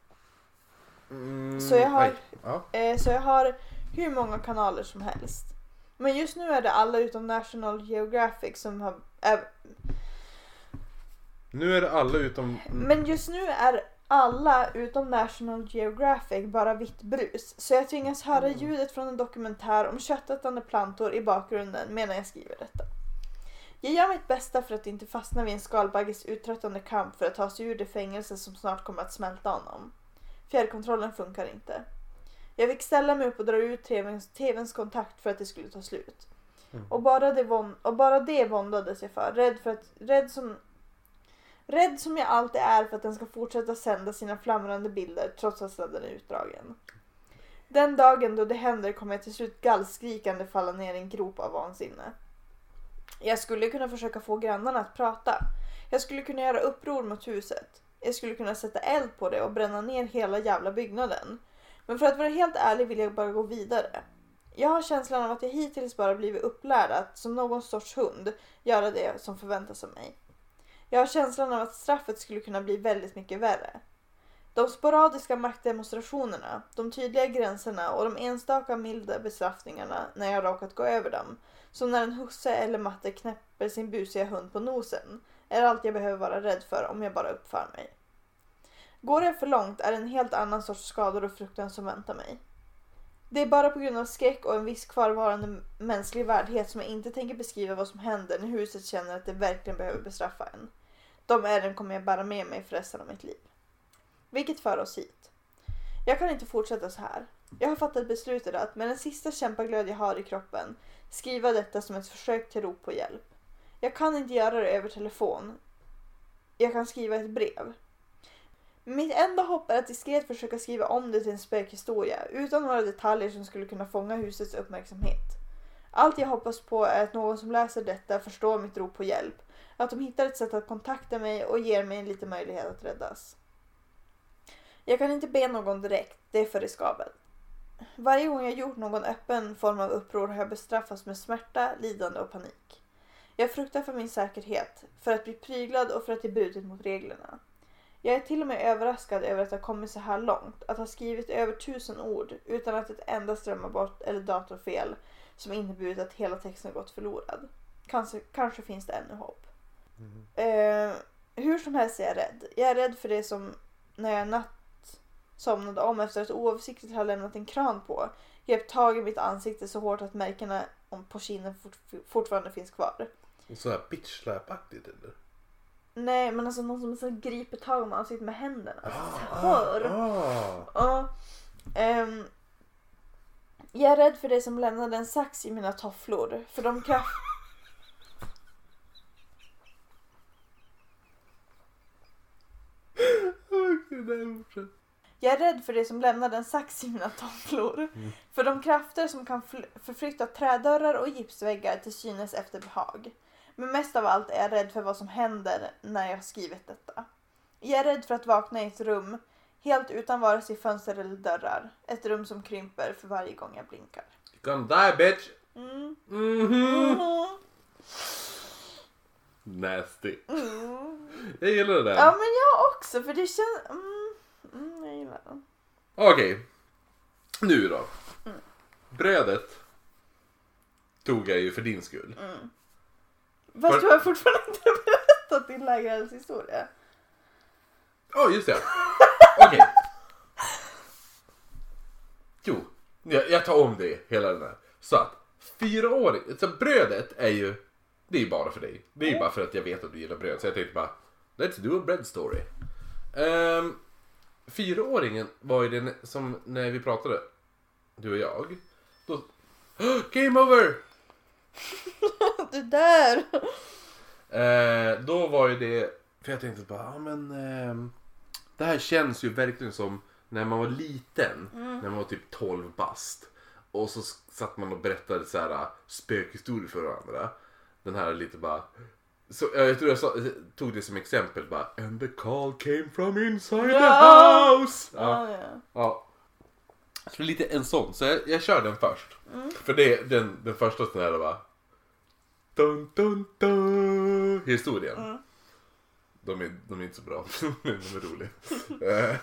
mm, så, jag har, ja. eh, så jag har hur många kanaler som helst. Men just nu är det alla utom National Geographic som har... Äh, nu är det alla utom... Men just nu är alla utom National Geographic bara vitt brus. Så jag tvingas höra ljudet från en dokumentär om köttätande plantor i bakgrunden medan jag skriver detta. Jag gör mitt bästa för att inte fastna vid en skalbagges uttröttande kamp för att ta sig ur det fängelse som snart kommer att smälta honom. Fjärrkontrollen funkar inte. Jag fick ställa mig upp och dra ut tvns, tvns kontakt för att det skulle ta slut. Mm. Och, bara det vånd, och bara det våndades jag för. Rädd, för att, rädd, som, rädd som jag alltid är för att den ska fortsätta sända sina flamrande bilder trots att sladden är utdragen. Den dagen då det händer kommer jag till slut gallskrikande falla ner i en grop av vansinne. Jag skulle kunna försöka få grannarna att prata. Jag skulle kunna göra uppror mot huset. Jag skulle kunna sätta eld på det och bränna ner hela jävla byggnaden. Men för att vara helt ärlig vill jag bara gå vidare. Jag har känslan av att jag hittills bara blivit upplärd att som någon sorts hund göra det som förväntas av mig. Jag har känslan av att straffet skulle kunna bli väldigt mycket värre. De sporadiska maktdemonstrationerna, de tydliga gränserna och de enstaka milda bestraffningarna när jag råkat gå över dem, som när en husse eller matte knäpper sin busiga hund på nosen, är allt jag behöver vara rädd för om jag bara uppför mig. Går det för långt är det en helt annan sorts skador och fruktan som väntar mig. Det är bara på grund av skräck och en viss kvarvarande mänsklig värdhet som jag inte tänker beskriva vad som händer när huset känner att det verkligen behöver bestraffa en. De ärenden kommer jag bära med mig för resten av mitt liv. Vilket för oss hit. Jag kan inte fortsätta så här. Jag har fattat beslutet att med den sista kämpaglöd jag har i kroppen skriva detta som ett försök till rop på hjälp. Jag kan inte göra det över telefon. Jag kan skriva ett brev. Mitt enda hopp är att diskret försöka skriva om det till en spökhistoria utan några detaljer som skulle kunna fånga husets uppmärksamhet. Allt jag hoppas på är att någon som läser detta förstår mitt rop på hjälp. Att de hittar ett sätt att kontakta mig och ger mig en liten möjlighet att räddas. Jag kan inte be någon direkt, det är för riskabelt. Varje gång jag gjort någon öppen form av uppror har jag bestraffats med smärta, lidande och panik. Jag fruktar för min säkerhet, för att bli pryglad och för att jag brutit mot reglerna. Jag är till och med överraskad över att ha kommit så här långt, att ha skrivit över tusen ord utan att ett enda strömavbrott eller datorfel som inneburit att hela texten gått förlorad. Kanske, kanske finns det ännu hopp. Mm. Eh, hur som helst är jag rädd. Jag är rädd för det som när jag natt somnade om efter att oavsiktligt ha lämnat en kran på. Jag tag i mitt ansikte så hårt att märkena på kinden fort, fortfarande finns kvar. Så här bitch-slap-aktigt eller? Nej, men alltså någon som så griper tag om ansiktet med händerna. Alltså, Ah, hör. ah. Ja. Ehm, jag är rädd för det som lämnade en sax i mina tofflor. För de kraft... Jag är rädd för det som lämnade en sax i mina tofflor. Mm. För de krafter som kan förflytta trädörrar och gipsväggar till synes efter behag. Men mest av allt är jag rädd för vad som händer när jag har skrivit detta. Jag är rädd för att vakna i ett rum helt utan vare sig fönster eller dörrar. Ett rum som krymper för varje gång jag blinkar. You gonna die, bitch! Mm. Mm-hmm. Mm. Nasty. Mm. Jag gillar det där. Ja, men jag också, för det känns... Mm. Mm, jag gillar det. Okej. Okay. Nu då. Mm. Brödet tog jag ju för din skull. Mm. Fast för... du har fortfarande inte berättat din lägereldshistoria. Ja, oh, just det. Okej. Okay. Jo, jag, jag tar om det hela den här. Så att, fyra år... Så brödet är ju... Det är ju bara för dig. Det är ju mm. bara för att jag vet att du gillar bröd. Så jag tänkte bara, let's do a bread story. Um, fyraåringen var ju den som, när vi pratade, du och jag, då... Oh, game over! Du där! Uh, då var ju det... För jag tänkte bara, ja men... Uh, det här känns ju verkligen som när man var liten. Mm. När man var typ tolv bast. Och så satt man och berättade så här spökhistorier för varandra. Den här lite bara... Så, jag tror jag sa, tog det som exempel bara. And the call came from inside ja. the house. Ja, ja, ja. ja. Så lite en sån. Så jag, jag kör den först. Mm. För det den, den första sån här bara... Dun, dun, dun, historien. Mm. De, är, de är inte så bra. De är roliga.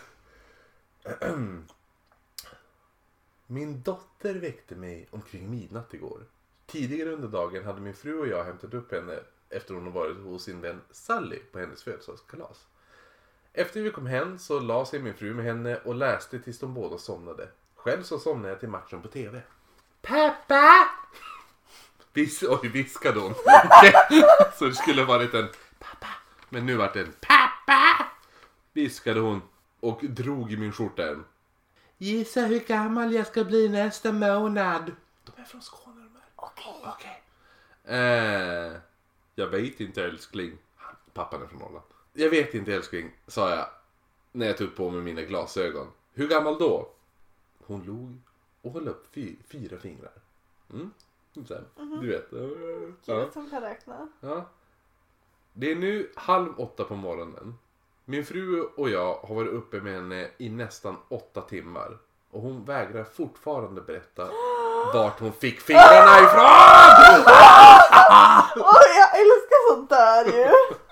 Min dotter väckte mig omkring midnatt igår. Tidigare under dagen hade min fru och jag hämtat upp henne efter hon varit hos sin vän Sally på hennes födelsedagskalas. Efter vi kom hem så la sig min fru med henne och läste tills de båda somnade. Själv så somnade jag till matchen på tv. Pappa! Vis- Oj, viskade hon. Så det skulle varit en pappa. Men nu var det en pappa! Viskade hon och drog i min skjorta. Gissa hur gammal jag ska bli nästa månad. De är från Skåne de här. Okej. Okay. Okay. Eh, jag vet inte älskling. Pappan är från Norrland. Jag vet inte älskling, sa jag när jag tog på mig mina glasögon. Hur gammal då? Hon log och höll upp fy, fyra fingrar. Mm. Sen, mm-hmm. Du vet. Kul som kan räkna. Ja. Det är nu halv åtta på morgonen. Min fru och jag har varit uppe med henne i nästan åtta timmar. Och hon vägrar fortfarande berätta vart hon fick fingrarna ifrån! Åh, jag älskar sånt där ju!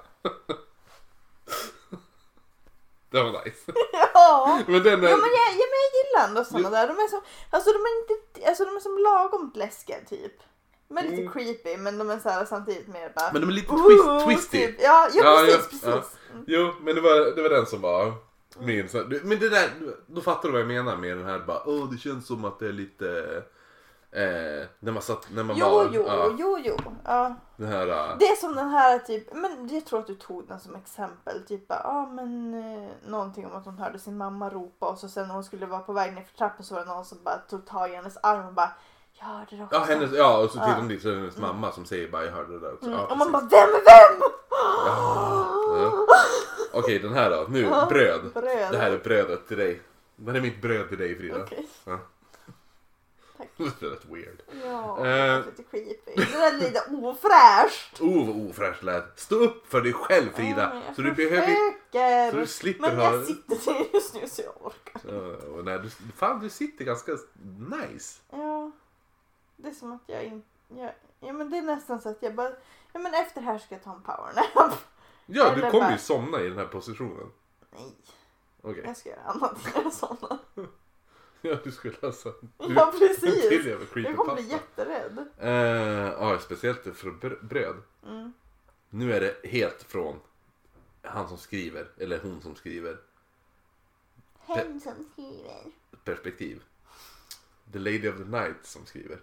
Det var nice. Ja, men den är... ja, men jag, ja, men jag gillar ändå såna där. De är så, alltså de är inte, alltså de är som lagom läskiga typ. De är lite mm. creepy, men de är så här samtidigt mer bara... Men de är lite twist, uh, twisty. Typ. Ja, ja, ja, precis, ja, precis. Ja. Jo, men det var, det var den som var min. Så, men det där, då fattar du vad jag menar med den här bara, åh oh, det känns som att det är lite... Eh, när man satt, när man jo, var... Jo, ja, jo, jo, ja. Den här, uh, det är som den här typ, men jag tror att du tog den som exempel. Typ, ja ah, men eh, någonting om att hon hörde sin mamma ropa. Och så sen när hon skulle vara på väg ner för trappen så var det någon som bara tog tag i hennes arm och bara, jag hörde det också. Ja, hennes, ja och så tittar hon ja. dit så är det hennes mm. mamma som säger bara, jag hörde det där också. Mm. Ja, och man bara, vem är vem? Ja, ja. Okej, okay, den här då. Nu, bröd. bröd. Det här är brödet till dig. Det här är mitt bröd till dig, Frida. Okej. Okay. Ja. Tack. Det är rätt weird. Ja, uh, det är lite creepy. Det är lite ofräscht. Oh, vad ofräscht lät. Stå upp för dig själv, Frida. Mm, så du behöver... Så du slipper Men jag ha... sitter ner just nu så jag orkar. Uh, och nej, du, fan, du sitter ganska nice. Ja. Det är som att jag inte... Jag, Ja men det är nästan så att jag bara, ja men efter här ska jag ta en powernap. Ja, Eller du kommer bara- ju somna i den här positionen. Nej, Okej. jag ska göra annat än sådana. Ja, du skulle alltså... Du, Ja en precis. till jävla Jag kommer bli creepypasta. jätterädd. Eh, ja, speciellt för br- bröd. Mm. Nu är det helt från han som skriver, eller hon som skriver, Hen som skriver. perspektiv. The Lady of the Night som skriver.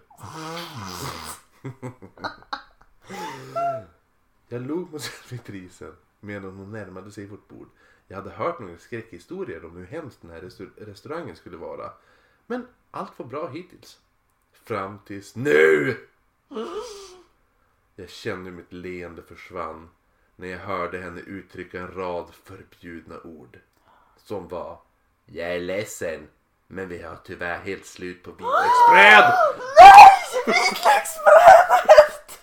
Jag log mot servitrisen medan hon närmade sig vårt bord. Jag hade hört några skräckhistorier om hur hemskt den här restaur- restaurangen skulle vara. Men allt var bra hittills. Fram tills nu! Jag kände hur mitt leende försvann när jag hörde henne uttrycka en rad förbjudna ord. Som var: jag är ledsen, men vi har tyvärr helt slut på vitlöksbröd! Nej! Vitlöksbrödet!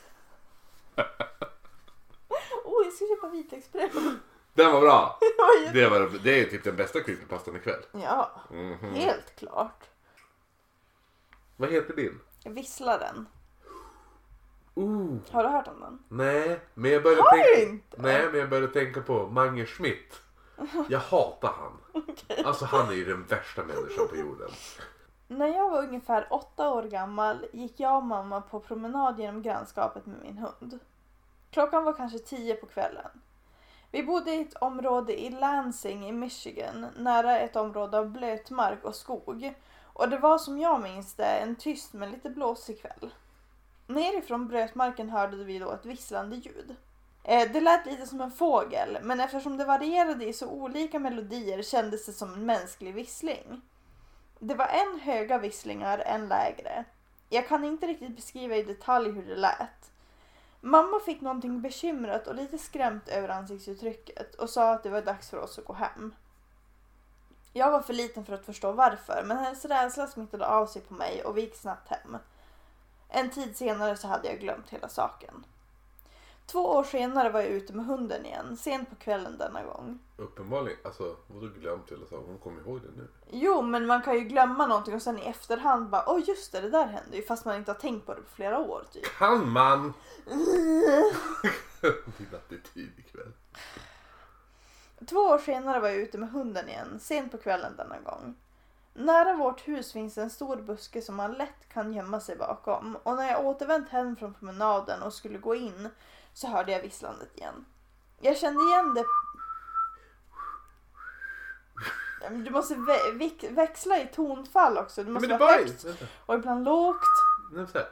Åh, jag ska köpa vitlöksbröd. Den var bra! Det var ju- Det, var, det är typ den bästa creepypastan ikväll. Ja, Mhm. helt klart. Vad heter din? Visslaren. Ooh. Har du hört om den? Nej, men jag började Har du tänka... inte? Nej, men jag började tänka på Mange Schmidt. Jag hatar han. Okej. Alltså han är ju den värsta människan på jorden. När jag var ungefär åtta år gammal gick jag och mamma på promenad genom grannskapet med min hund. Klockan var kanske tio på kvällen. Vi bodde i ett område i Lansing i Michigan, nära ett område av blötmark och skog. Och det var som jag minns det en tyst men lite blåsig kväll. Nerifrån blötmarken hörde vi då ett visslande ljud. Eh, det lät lite som en fågel, men eftersom det varierade i så olika melodier kändes det som en mänsklig vissling. Det var en höga visslingar, en lägre. Jag kan inte riktigt beskriva i detalj hur det lät. Mamma fick någonting bekymrat och lite skrämt över ansiktsuttrycket och sa att det var dags för oss att gå hem. Jag var för liten för att förstå varför, men hennes rädsla smittade av sig på mig och vi gick snabbt hem. En tid senare så hade jag glömt hela saken. Två år senare var jag ute med hunden igen, sent på kvällen denna gång. Uppenbarligen, alltså vadå glömt eller så? Hon kommer ihåg det nu. Jo, men man kan ju glömma någonting och sen i efterhand bara, åh just det, det där hände ju, fast man inte har tänkt på det på flera år typ. Kan man? Din attityd ikväll. Två år senare var jag ute med hunden igen, sent på kvällen denna gång. Nära vårt hus finns en stor buske som man lätt kan gömma sig bakom. Och när jag återvänt hem från promenaden och skulle gå in så hörde jag visslandet igen. Jag kände igen det. Du måste vä- vik- växla i tonfall också. Du måste Men det vara var högt ju... och ibland lågt. Nej, så här.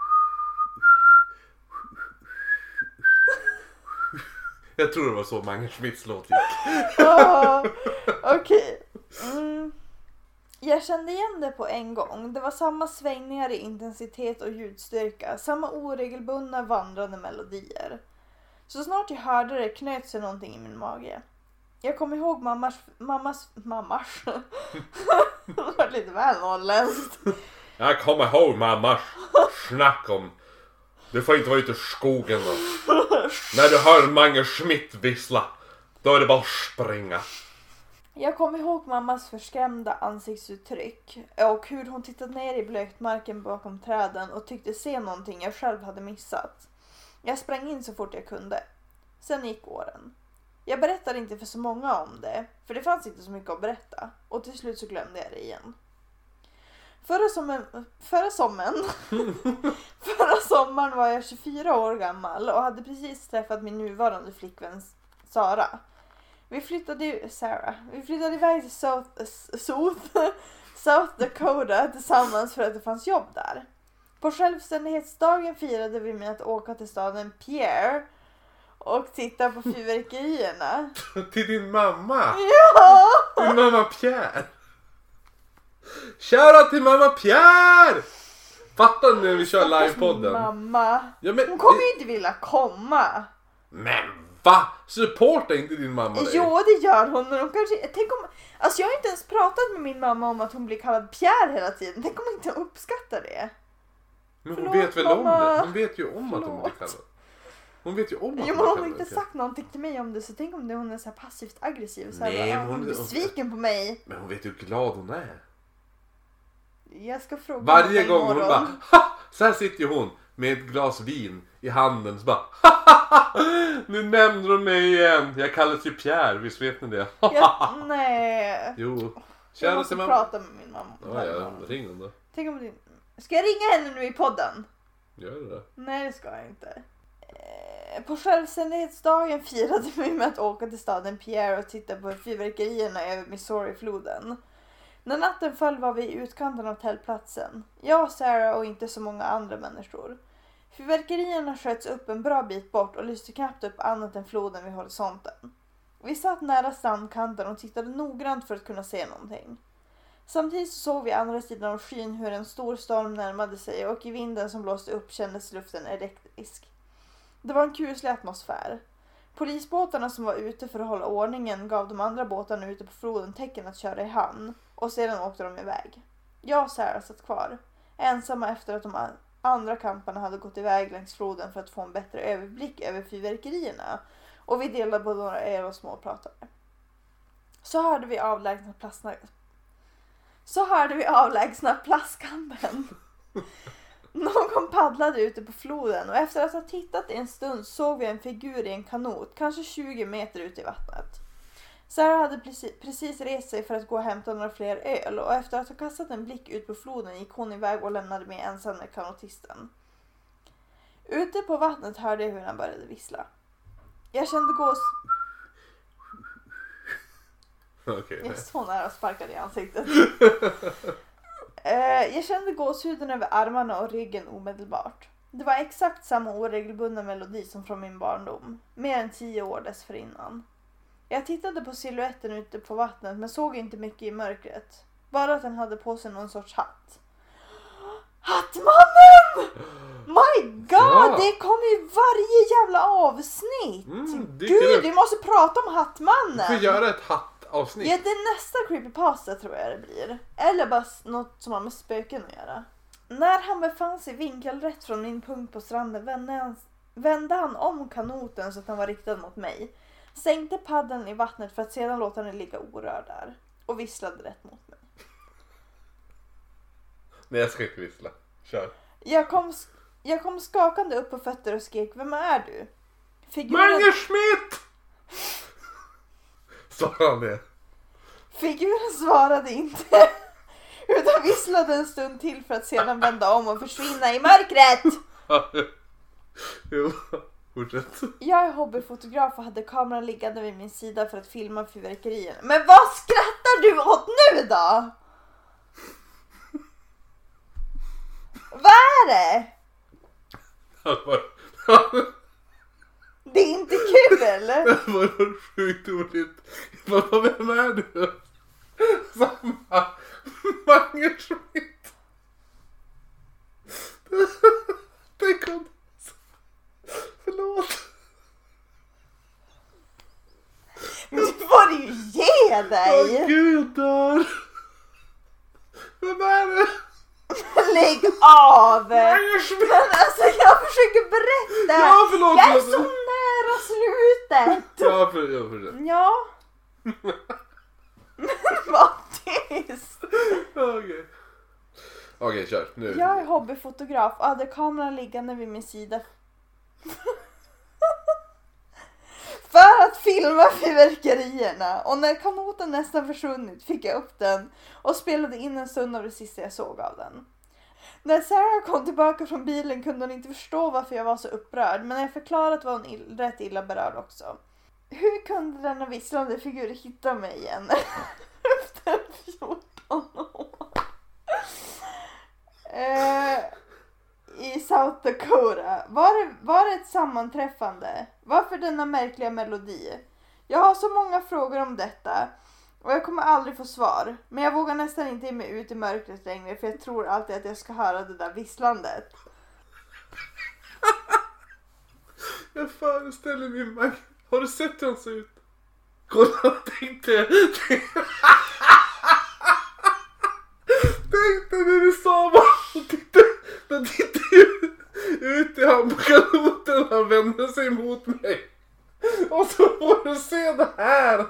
Jag tror det var så Mange Schmidts låt gick. Oh, Okej. Okay. Mm. Jag kände igen det på en gång. Det var samma svängningar i intensitet och ljudstyrka. Samma oregelbundna vandrande melodier. Så snart jag hörde det knöt sig någonting i min mage. Jag kom ihåg mammas... Mammas... Mammas? Det var lite väl norrländskt. Jag kommer ihåg mamma. Snack om. Du får inte vara ute i skogen då. När du hör Mange Schmidt vissla, då är det bara att springa. Jag kom ihåg mammas förskrämda ansiktsuttryck och hur hon tittade ner i blötmarken bakom träden och tyckte se någonting jag själv hade missat. Jag sprang in så fort jag kunde. Sen gick åren. Jag berättade inte för så många om det, för det fanns inte så mycket att berätta. Och till slut så glömde jag det igen. Förra sommaren, förra sommaren, förra sommaren var jag tjugofyra år gammal och hade precis träffat min nuvarande flickvän Sara. Vi flyttade, Sarah, vi flyttade iväg till South, South, South Dakota tillsammans för att det fanns jobb där. På självständighetsdagen firade vi med att åka till staden Pierre och titta på fyrverkerierna. Till din mamma? Ja! Din mamma Pierre. Shoutout till mamma Pierre! Fattar när vi kör livepodden. Mamma. Ja, men, Hon kommer ju inte vilja komma. Men va? Supportar inte din mamma dig? Jo, det gör hon, men hon kanske... Tänk om... Alltså jag har inte ens pratat med min mamma om att hon blir kallad Pierre hela tiden. Tänk om hon inte uppskattar det. Men hon Förlåt, vet väl om mamma. det? Hon vet ju om att hon blir Förlåt. kallad. Hon vet ju om att Jo, hon men blir hon har kallad inte Pierre. sagt någonting till mig om det, så tänk om det, hon är så här passivt aggressiv. Så här, Nej, bara, men hon- hon är besviken på mig. Men hon vet ju hur glad hon är. Jag ska fråga Varje henne gång hon imorgon. bara, ha! Så här sitter ju hon. med ett glas vin i handen. Så bara, nu nämner de mig igen. Jag kallas ju Pierre, visst vet ni det? jag, nej. Jo. Jag måste mamma. prata med min mamma. Ja, ja, ring hon då. Tänk om din... Ska jag ringa henne nu i podden? Gör det. Nej, det ska jag inte. På självständighetsdagen firade vi med att åka till staden Pierre och titta på fyrverkerierna över Missouri-floden. När natten föll var vi i utkanten av tältplatsen. Jag och Sarah och inte så många andra människor. Fyrverkerierna sköts upp en bra bit bort och lyste knappt upp annat än floden vid horisonten. Vi satt nära strandkanten och tittade noggrant för att kunna se någonting. Samtidigt såg vi andra sidan av skyn hur en stor storm närmade sig och i vinden som blåste upp kändes luften elektrisk. Det var en kuslig atmosfär. Polisbåtarna som var ute för att hålla ordningen gav de andra båtarna ute på floden tecken att köra i hamn och sedan åkte de iväg. Jag och Sarah satt kvar, ensamma efter att de andra kamparna hade gått iväg längs floden för att få en bättre överblick över fyrverkerierna och vi delade på några öl och småpratade. Så hörde vi avlägsna plastna... Så hörde vi avlägsna plastkampen. Någon paddlade ute på floden och efter att ha tittat en stund såg vi en figur i en kanot, kanske tjugo meter ut i vattnet. Sarah hade precis, precis rest sig för att gå och hämta några fler öl och efter att ha kastat en blick ut på floden gick hon iväg och lämnade mig ensam med kanotisten. Ute på vattnet hörde jag hur han började vissla. Jag kände gås... Okay, jag så nära och sparkade i ansiktet. Jag kände gåshuden över armarna och ryggen omedelbart. Det var exakt samma oregelbundna melodi som från min barndom. Mer än tio år dessförinnan. Jag tittade på siluetten ute på vattnet men såg inte mycket i mörkret. Bara att han hade på sig någon sorts hatt. Hattmannen! My god, ja. Det kommer ju varje jävla avsnitt. Mm, Gud, vi måste prata om Hattmannen. Vi får göra ett hattavsnitt. Ja, det är nästa creepypasta tror jag det blir. Eller bara något som har med spöken att göra. När han befann sig vinkelrätt från min punkt på stranden vände han, vände han om kanoten så att han var riktad mot mig. Sänkte paddeln i vattnet för att sedan låta den ligga orörd där. Och visslade rätt mot mig. Nej, jag ska inte vissla. Kör. Jag kom, jag kom skakande upp på fötter och skrek, vem är du? Figuren... Mange Schmidt! Svarade han det? Figuren svarade inte. Utan visslade en stund till för att sedan vända om och försvinna i mörkret. Jo, fortsätt. Jag är hobbyfotograf och hade kameran liggande vid min sida för att filma fyrverkerierna. Men vad skrattar du åt nu då? Vad är det? Det är inte kul, eller? Det var sjukt roligt. Vem är du? Samma Mange Schmidt. Tänk om... Förlåt. Men du får ju ge dig. Åh gud, dör. Vem är det? Lägg av! Mange Schmidt. Men alltså jag försöker berätta. Ja, förlåt, jag är förlåt. så nära slutet. Ja, för, ja, för ja. Men vad tyst. Okej. Okay. Okej, okay, kör. Nu. Jag är hobbyfotograf och hade kameran liggande vid min sida. För att filma fyrverkerierna. Och när kanoten nästan försvunnit fick jag upp den och spelade in en stund av det sista jag såg av den. När Sarah kom tillbaka från bilen kunde hon inte förstå varför jag var så upprörd. Men när jag förklarat var hon ill- rätt illa berörd också. Hur kunde denna visslande figur hitta mig igen? Efter fjorton år. Eh, I South Dakota. Var det, var det ett sammanträffande? Varför denna märkliga melodi? Jag har så många frågor om detta. Och jag kommer aldrig få svar. Men jag vågar nästan inte ge mig ut i mörkret längre. För jag tror alltid att jag ska höra det där visslandet. Jag föreställer mig Mag. Har du sett hur han ser ut? Kolla, tänkte Tänkte när du sa vad tittade, då tittade ut, ut i han på kanoten. Han vände sig mot mig. Och så får du se det här.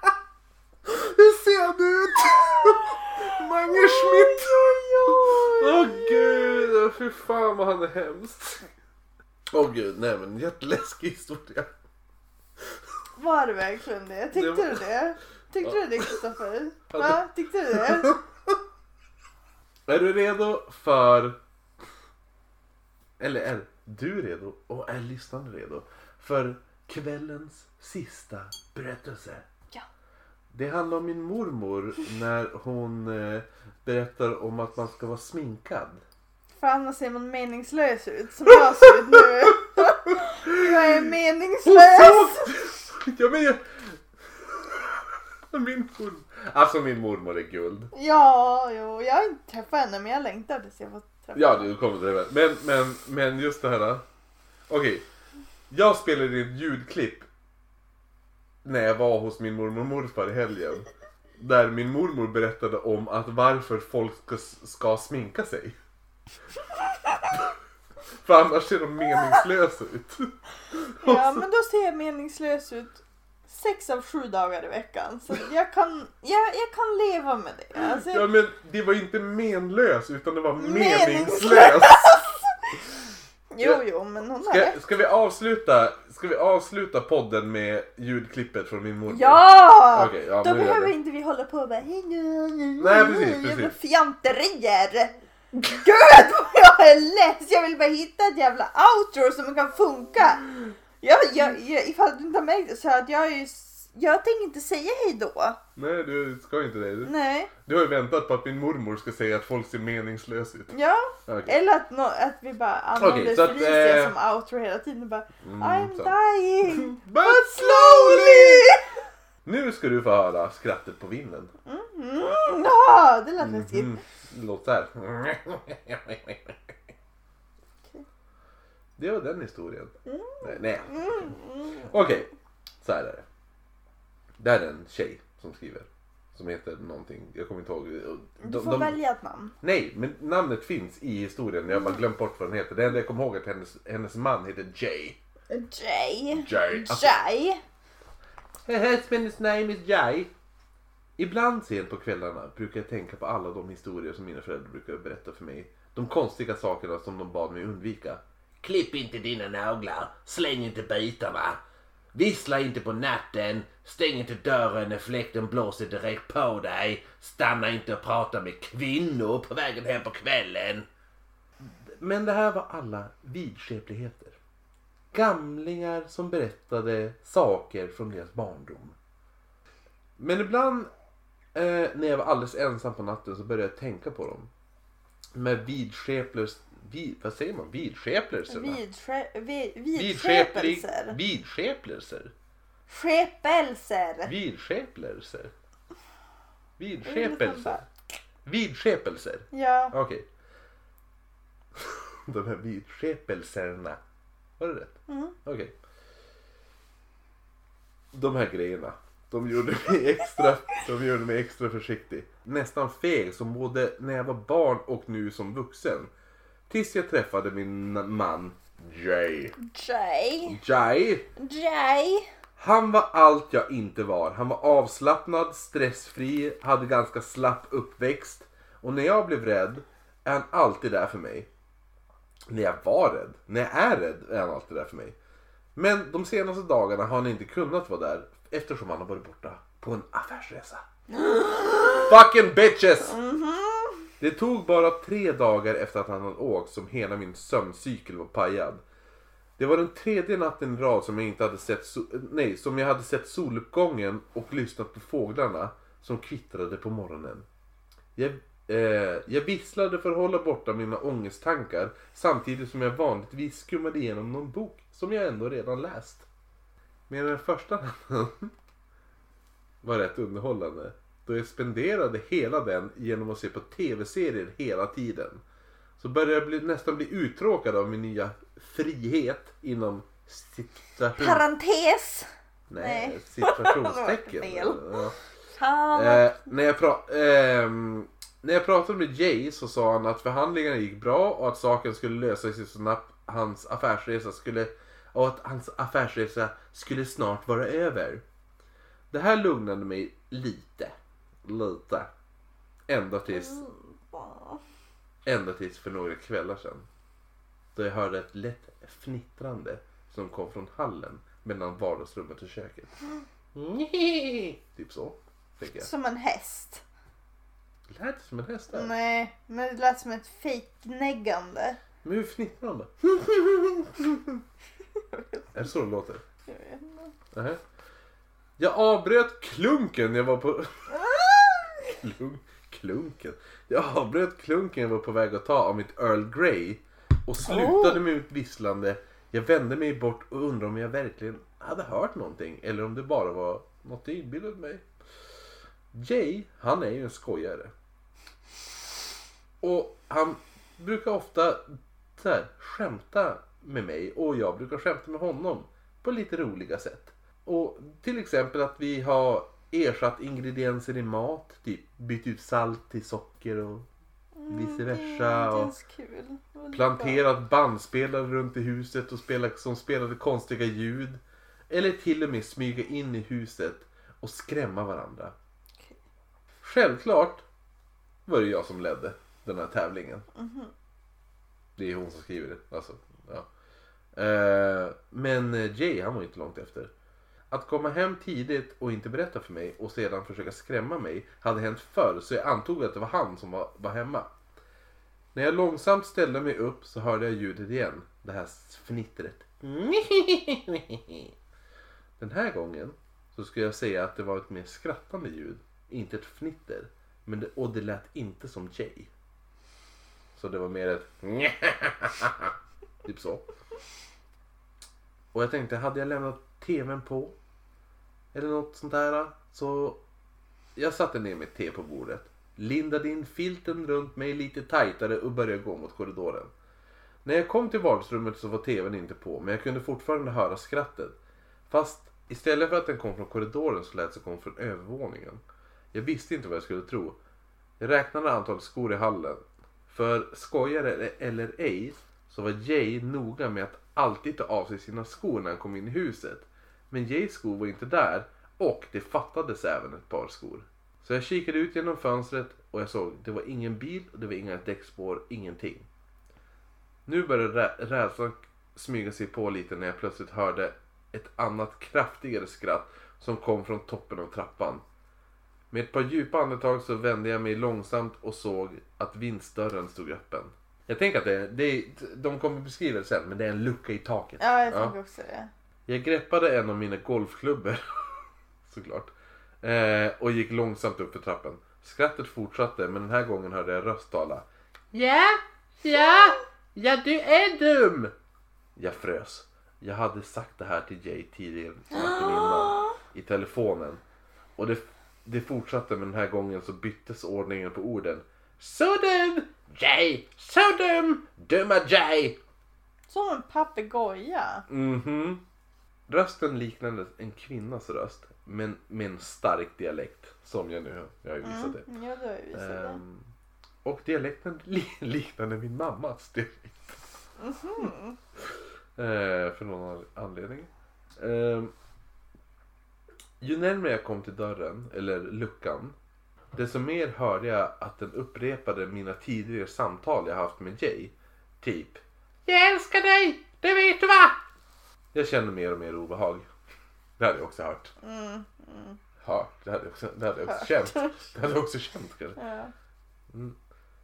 Hur ser du ut? Mange Schmidt. Oj, oj, oj. fan vad han är hemskt. Åh oh, gud, nej men jätteläskig historia. Var det verkligen det? Tyckte det var... du det? Tyckte ja. du det, Kristoffer? Va? Tyckte du det? Är du redo för... Eller är du redo? Och är lyssnande redo? För kvällens sista berättelse. Ja. Det handlar om min mormor när hon eh, berättar om att man ska vara sminkad. För annars ser man meningslös ut. Som jag ser ut nu. Jag är meningslös. Jag menar... Min mormor. Alltså min mormor är guld. Ja, jo, jag har inte träffat henne men jag längtar tills jag får träffa Ja, du kommer till det. Men, men, men just det här. Okej. Okay. Jag spelade ett ljudklipp när jag var hos min mormor och morfar i helgen. Där min mormor berättade om att varför folk ska, ska sminka sig. För annars ser de meningslösa ut. Ja, men då ser jag meningslös ut sex av sju dagar i veckan. Så jag kan, jag, jag kan leva med det. Alltså, ja, men det var inte menlös utan det var meningslös. meningslös. Jo, jo, men hon ska, ska vi avsluta Ska vi avsluta podden med ljudklippet från min mormor? Ja! Okay, ja då behöver inte vi hålla på och bara hej nu, nej, precis, precis. jävla fjanterier. Gud vad jag är less. Jag vill bara hitta ett jävla outro som kan funka. Jag, jag, jag, ifall du inte har märkt det så att jag är ju, jag tänker inte säga hej då. Nej, du ska inte det. Nej. Du har ju väntat på att min mormor ska säga att folk ser meningslösa ut. Ja, okay. Eller att, no, att vi bara använder okay, Felicia äh... som outro hela tiden och bara mm, I'm så. dying but slowly. Nu ska du få höra skrattet på vinden. Mm, mm, ja, det lät läskigt. Mm, låt här. Okay. Det var den historien. Mm. Nej, nej. Mm, mm. Okej, okay. Så här är det. Det här är en tjej som skriver. Som heter någonting. Jag kommer inte ihåg. De, du får de, välja ett namn. Nej, men namnet finns i historien. Jag har bara glömt bort vad den heter. Det enda jag kommer ihåg att hennes, hennes man heter Jay. Jay? Jay. Alltså, Jay? Her husband's name is Jay. Ibland sent på kvällarna brukar jag tänka på alla de historier som mina föräldrar brukar berätta för mig. De konstiga sakerna som de bad mig undvika. Klipp inte dina naglar. Släng inte bitarna. Vissla inte på natten. Stäng inte dörren när fläkten blåser direkt på dig. Stanna inte och prata med kvinnor på vägen hem på kvällen. Men det här var alla vidskepligheter. Gamlingar som berättade saker från deras barndom. Men ibland eh, när jag var alldeles ensam på natten så började jag tänka på dem. Med vidskepler... Vid, vad säger man? Vidskepelserna? Vidskepelser. Vid, vidskepelser. Vidskepelser. Skepelser. Vidskepelser. Vidskepelser. Vidskepelser. Ja. Okej. Okay. De här vidskepelserna. Var det rätt? Mm. Okej. Okay. De här grejerna. De gjorde mig extra, de gjorde mig extra försiktig. Nästan feg som både när jag var barn och nu som vuxen. Tills jag träffade min man Jay. Jay. Jay. Jay. Han var allt jag inte var. Han var avslappnad, stressfri, hade ganska slapp uppväxt. Och när jag blev rädd är han alltid där för mig. När jag var rädd, när jag är rädd är han alltid där för mig. Men de senaste dagarna har han inte kunnat vara där eftersom han har varit borta på en affärsresa. Fucking bitches! Mm-hmm. Det tog bara tre dagar efter att han hade åkt som hela min sömncykel var pajad. Det var den tredje natten i rad som jag inte hade sett so- nej, som jag hade sett soluppgången och lyssnat på fåglarna som kvittrade på morgonen. Jag, eh, jag visslade för att hålla borta mina ångesttankar samtidigt som jag vanligtvis skummade igenom någon bok som jag ändå redan läst. Men den första natten var rätt underhållande. Då jag spenderade hela den genom att se på tv-serier hela tiden. Så började jag bli, nästan bli uttråkad av min nya frihet inom situation... Parentes! Nej, Nej. situationstecken. Ja. Eh, när, jag pra- eh, när jag pratade med Jay så sa han att förhandlingarna gick bra och att saken skulle lösa sig så snabbt hans affärsresa skulle... och att hans affärsresa skulle snart vara över. Det här lugnade mig lite. Lite. Ända tills... Ända tills för några kvällar sedan. då jag hörde ett lätt fnittrande som kom från hallen mellan vardagsrummet och köket. Typ så. Fick jag. Som en häst. Lät det som en häst där? Nej, men det lät som ett fejknäggande. Men hur fnittrar de då? Är det så det låter? Jag vet inte. Nej. Jag avbröt klunken jag var på... Klunk, klunken. Jag avbröt klunken jag var på väg att ta av mitt Earl Grey och slutade Oh. med mitt visslande. Jag vände mig bort och undrade om jag verkligen hade hört någonting eller om det bara var något inbillat mig. Jay, han är ju en skojare. Och han brukar ofta så här, skämta med mig och jag brukar skämta med honom på lite roliga sätt. Och till exempel att vi har ersatt ingredienser i mat, typ bytt ut salt till socker och vice versa. Mm, det är Och kul. planterat bandspelare runt i huset och spelat, som spelade konstiga ljud. Eller till och med smyga in i huset och skrämma varandra. Okay. Självklart var det jag som ledde den här tävlingen. Mm-hmm. Det är hon som skriver det. Alltså, ja. eh, men Jay, han var inte långt efter. Att komma hem tidigt och inte berätta för mig och sedan försöka skrämma mig hade hänt förr, så jag antog att det var han som var, var hemma. När jag långsamt ställde mig upp så hörde jag ljudet igen. Det här fnittret. Den här gången så skulle jag säga att det var ett mer skrattande ljud. Inte ett fnitter. Men det, och det lät inte som Jay. Så det var mer ett typ så. Och jag tänkte, hade jag lämnat tvn på eller något sånt där, så jag satte ner mitt te på bordet, lindade in filten runt mig lite tajtare och började gå mot korridoren. När jag kom till vardagsrummet så var tvn inte på, men jag kunde fortfarande höra skrattet. Fast istället för att den kom från korridoren så lät det kom från övervåningen. Jag visste inte vad jag skulle tro. Jag räknade antalet skor i hallen. För skojare eller ej så var Jay noga med att alltid ta av sig sina skor när han kom in i huset. Men Jays skor var inte där och det fattades även ett par skor. Så jag kikade ut genom fönstret och jag såg det var ingen bil och det var inga däckspår, ingenting. Nu började rä- rädslan smyga sig på lite när jag plötsligt hörde ett annat kraftigare skratt som kom från toppen av trappan. Med ett par djupa andetag så vände jag mig långsamt och såg att vindsdörren stod öppen. Jag tänker att det, det de kommer beskriva det sen, men det är en lucka i taket. Ja, jag tänker också det. Jag greppade en av mina golfklubbor såklart eh, och gick långsamt upp för trappen. Skrattet fortsatte, men den här gången hörde jag röst tala. Ja, ja, ja du är dum. Jag frös. Jag hade sagt det här till Jay tidigare innan i telefonen. Och det, det fortsatte, men den här gången så byttes ordningen på orden. Så dum, Jay, så dum, dumma Jay. Som en papegoja. Mhm. Rösten liknade en kvinnas röst, men med en stark dialekt, som jag nu har, jag har ju visat det. Mm, ja, du har ju visat det. Ehm, och dialekten li- liknade min mammas dialekt. Mhm. Ehm, för någon anledning. Ehm, ju närmare jag kom till dörren, eller luckan, desto mer hörde jag att den upprepade mina tidigare samtal jag haft med Jay. Typ: jag älskar dig, det vet du va? Jag känner mer och mer obehag. Det hade jag också hört. Mm, mm. Hört, det hade jag också, det hade jag också Hört. känt. Det hade jag också känt kanske. Ja. Mm.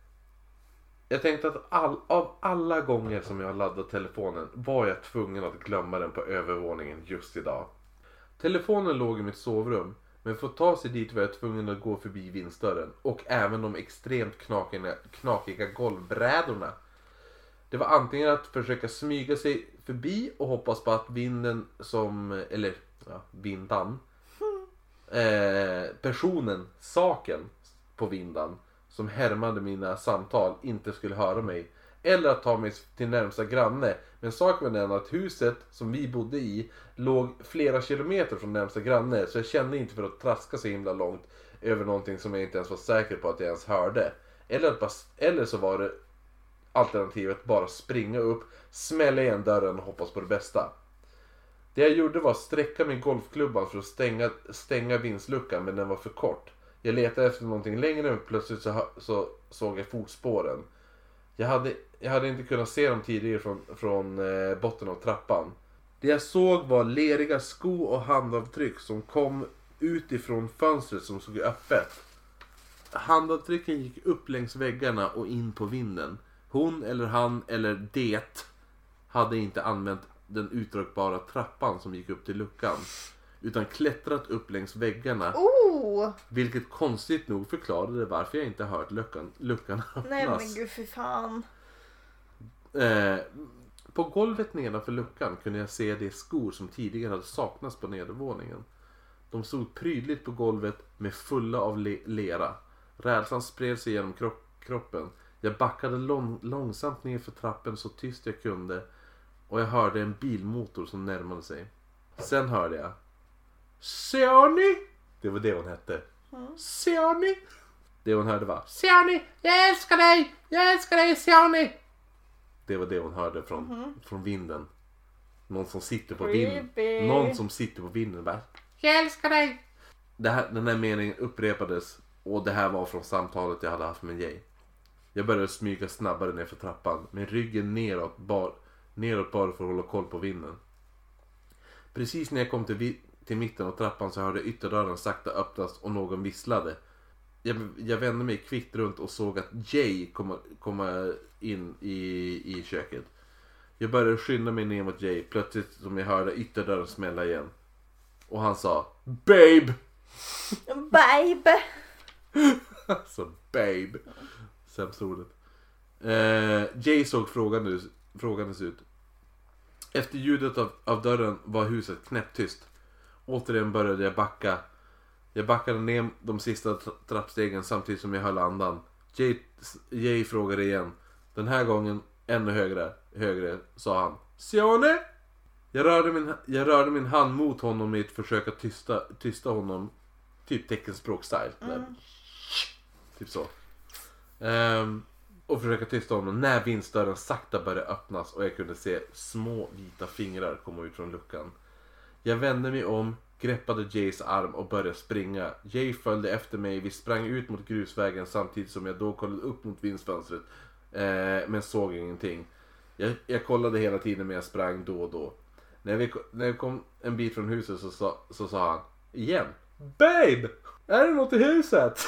Jag tänkte att all, av alla gånger som jag har laddat telefonen var jag tvungen att glömma den på övervåningen just idag. Telefonen låg i mitt sovrum, men för att ta sig dit var jag tvungen att gå förbi vindsdörren och även de extremt knakiga, knakiga golvbrädorna. Det var antingen att försöka smyga sig förbi och hoppas på att vinden som, eller ja, vindan, eh, personen, saken på vindan som härmade mina samtal inte skulle höra mig. Eller att ta mig till närmsta granne. Men saken var den att huset som vi bodde i låg flera kilometer från närmsta granne. Så jag kände inte för att traska så himla långt över någonting som jag inte ens var säker på att jag ens hörde. Eller, att bara, eller så var det alternativet bara springa upp, smälla igen dörren och hoppas på det bästa. Det jag gjorde var att sträcka min golfklubban för att stänga, stänga vindsluckan, men den var för kort. Jag letade efter någonting längre och plötsligt så, så såg jag fotspåren. Jag hade, jag hade inte kunnat se dem tidigare från, från eh, botten av trappan. Det jag såg var leriga sko och handavtryck som kom utifrån fönstret som såg öppet. Handavtrycken gick upp längs väggarna och in på vinden. Hon eller han eller det hade inte använt den utdragbara trappan som gick upp till luckan, utan klättrat upp längs väggarna. Oh! Vilket konstigt nog förklarade varför jag inte hört luckan, luckan öppnas. Nej men gud för fan. Eh, på golvet nedanför luckan kunde jag se de skor som tidigare hade saknats på nedervåningen. De stod prydligt på golvet med fulla av le- lera. Rädslan spred sig genom kropp, kroppen. Jag backade lång, långsamt ner för trappen så tyst jag kunde. Och jag hörde en bilmotor som närmade sig. Sen hörde jag Siani! Det var det hon hette. Mm. Siani! Det hon hörde var Siani! Jag älskar dig! Jag älskar dig Siani! Det var det hon hörde från, mm-hmm. från vinden. Någon som sitter på vinden. Någon som sitter på vinden bara jag älskar dig! Det här, den här meningen upprepades. Och det här var från samtalet jag hade haft med Jay. Jag började smyga snabbare ner för trappan. Med ryggen neråt, bar, neråt bara för att hålla koll på vinden. Precis när jag kom till, vi, till mitten av trappan så hörde ytterdörren sakta öppnas och någon visslade. Jag, jag vände mig kvickt runt och såg att Jay kom, komma in i, i köket. Jag började skynda mig ner mot Jay. Plötsligt som jag hörde ytterdörren smälla igen. Och han sa Babe! Babe! Alltså babe. Sämsta ordet. eh, Jay såg frågandes, frågandes ut. Efter ljudet av, av dörren var huset knäpptyst. Återigen började jag backa. Jag backade ner de sista tra- trappstegen samtidigt som jag höll andan. Jay, Jay frågade igen. Den här gången ännu högre, högre sa han Sione? Jag rörde, min, jag rörde min hand mot honom i ett försök att tysta, tysta honom. Typ teckenspråk-style. Mm. Typ så. Um, och försöka tysta honom när vindsdörren sakta började öppnas och jag kunde se små vita fingrar komma ut från luckan. Jag vände mig om, greppade Jays arm och började springa. Jay följde efter mig. Vi sprang ut mot grusvägen samtidigt som jag då kollade upp mot vindsfönstret. Eh, men såg ingenting. Jag, jag kollade hela tiden men jag sprang då och då. När vi, när vi kom en bit från huset så sa, så sa han igen. Babe! Är det något i huset?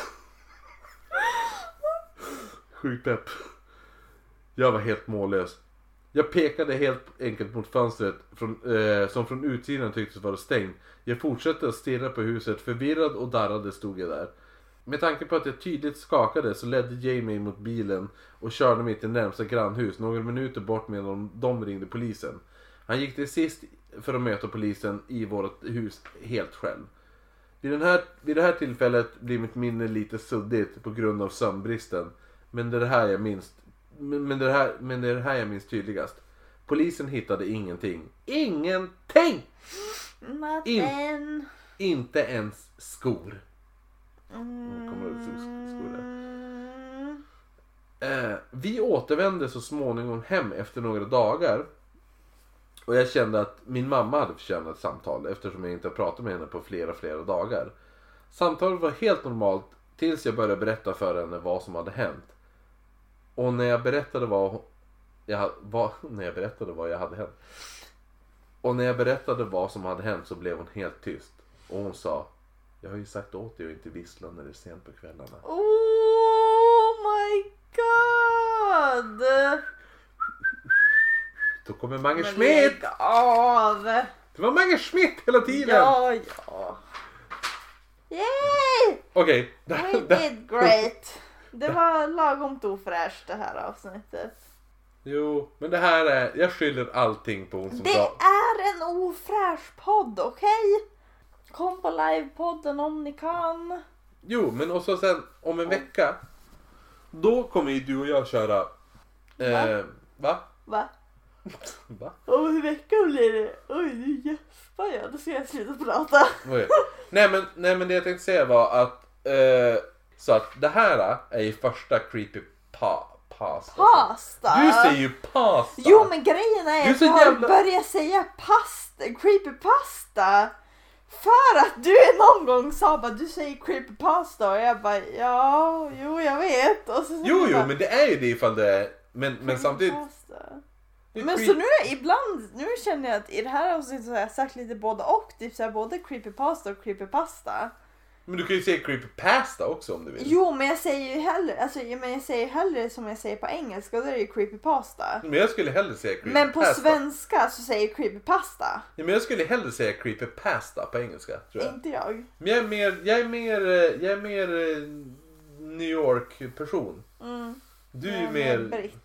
Sjukt pepp. Jag var helt mållös. Jag pekade helt enkelt mot fönstret från, eh, som från utsidan tycktes vara stängt. Jag fortsatte att stirra på huset. Förvirrad och darrade stod jag där. Med tanke på att jag tydligt skakade så ledde Jay mig mot bilen och körde mig till närmsta grannhus några minuter bort medan de ringde polisen. Han gick till sist för att möta polisen i vårt hus helt själv. Vid, den här, vid det här tillfället blir mitt minne lite suddigt på grund av sömnbristen. Men det är det här jag minns, men det här, men det är det här jag minns tydligast. Polisen hittade ingenting. Ingenting! In, inte ens skor. Mm. Kommer ut skor där. Eh, vi återvände så småningom hem efter några dagar. Och jag kände att min mamma hade förtjänat ett samtal eftersom jag inte pratat med henne på flera flera dagar. Samtalet var helt normalt tills jag började berätta för henne vad som hade hänt. Och när jag berättade vad jag, vad, när jag berättade vad jag hade hänt. Och när jag berättade vad som hade hänt så blev hon helt tyst. Och hon sa, jag har ju sagt åt dig att inte vissla när det är sent på kvällarna. Oh my god! Då kommer Mange Schmidt! Lägg av! Det var Mange Schmidt hela tiden! Ja, ja. Yay! Okej. Okay. We did great. Det var lagomt ofräscht det här avsnittet. Jo, men det här är... Jag skyller allting på hon som Det sa... är en ofräsch podd, okej? Okay? Kom på livepodden om ni kan. Jo, men och så sen om en vecka då kommer ju du och jag köra eh, Va? Va? Va? Va? Om en vecka blir det. Oj, nu gäspar jag. Då ska jag sluta prata. Okay. nej, men, nej men det jag tänkte säga var att eh, så att det här är ju första creepy pa pasta. Pasta? Du säger ju pasta. Jo, men grejen är att jag jävla... börjar säga pasta, creepy pasta. För att du någon gång sa bara, du säger creepypasta och jag bara, ja, jo jag vet. Och så jo, jo, bara, men det är ju det ifall det är Men, men samtidigt... Men så nu är ibland, nu känner jag att i det här avsnittet så har jag sagt lite både och. Typ så här, både creepypasta och creepypasta. Men du kan ju säga creepypasta också om du vill. Jo, men jag säger ju hellre, alltså, men jag säger hellre som jag säger på engelska, och då är det ju creepypasta. Men jag skulle hellre säga creepypasta. Men på svenska så säger jag creepypasta. Ja, men jag skulle hellre säga creepypasta på engelska, tror jag. Inte jag. Men jag är mer, jag är mer, jag är mer New York-person. Mm. Du är ju mer... Britt.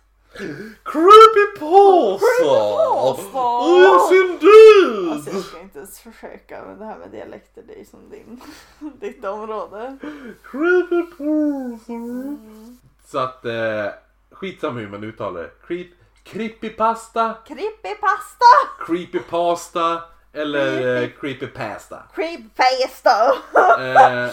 Creepypasta! Creepypasta! Yes indeed! Alltså jag ska inte ens försöka med det här med dialekter, det är som din, ditt område. Creepypasta! Mm. Så att, eh, skitsamma hur man uttalar det. Creep, creepypasta, Creepypasta! creepypasta eller eh, creepypasta. Creepypasta! Eh,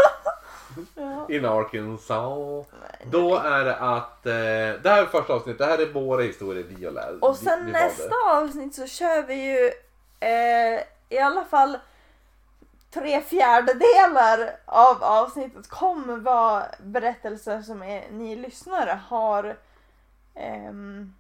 Ja. in Arkansas. Nej, Då är det att eh, det här är första avsnittet. Det här är våra historier vi har lärt. Och sen vi, vi nästa avsnitt så kör vi ju eh, i alla fall tre fjärdedelar av avsnittet kommer vara berättelser som är, ni lyssnare har ehm,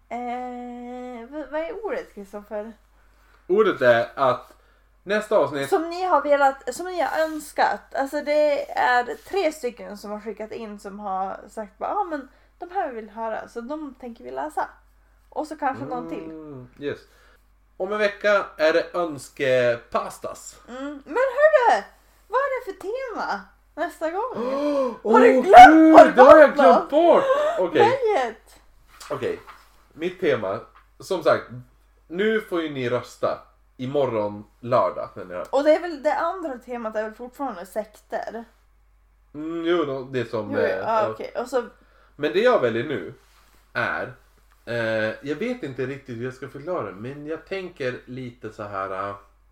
eh, vad, vad är ordet, Kristoffer? Ordet är att nästa avsnitt. Som ni har velat, som ni har önskat. Alltså det är tre stycken som har skickat in som har sagt ja ah, men de här vill höra, så de tänker vi läsa. Och så kanske någon till. Mm, yes. Om en vecka är det önskepastas. Mm. Men hörru, vad är det för tema nästa gång? Oh, har du glömt? Gud, Har du det har jag glömt glömt bort. Okej. Välj ett. Okej. Mitt tema, som sagt, nu får ju ni rösta. Imorgon lördag. När ni har... Och det är väl det andra temat är väl fortfarande sekter. Mm, jo, det är som... Jo, eh, ja, ja. okej. Och så Men det jag väljer nu är... Eh, jag vet inte riktigt hur jag ska förklara, men jag tänker lite så här...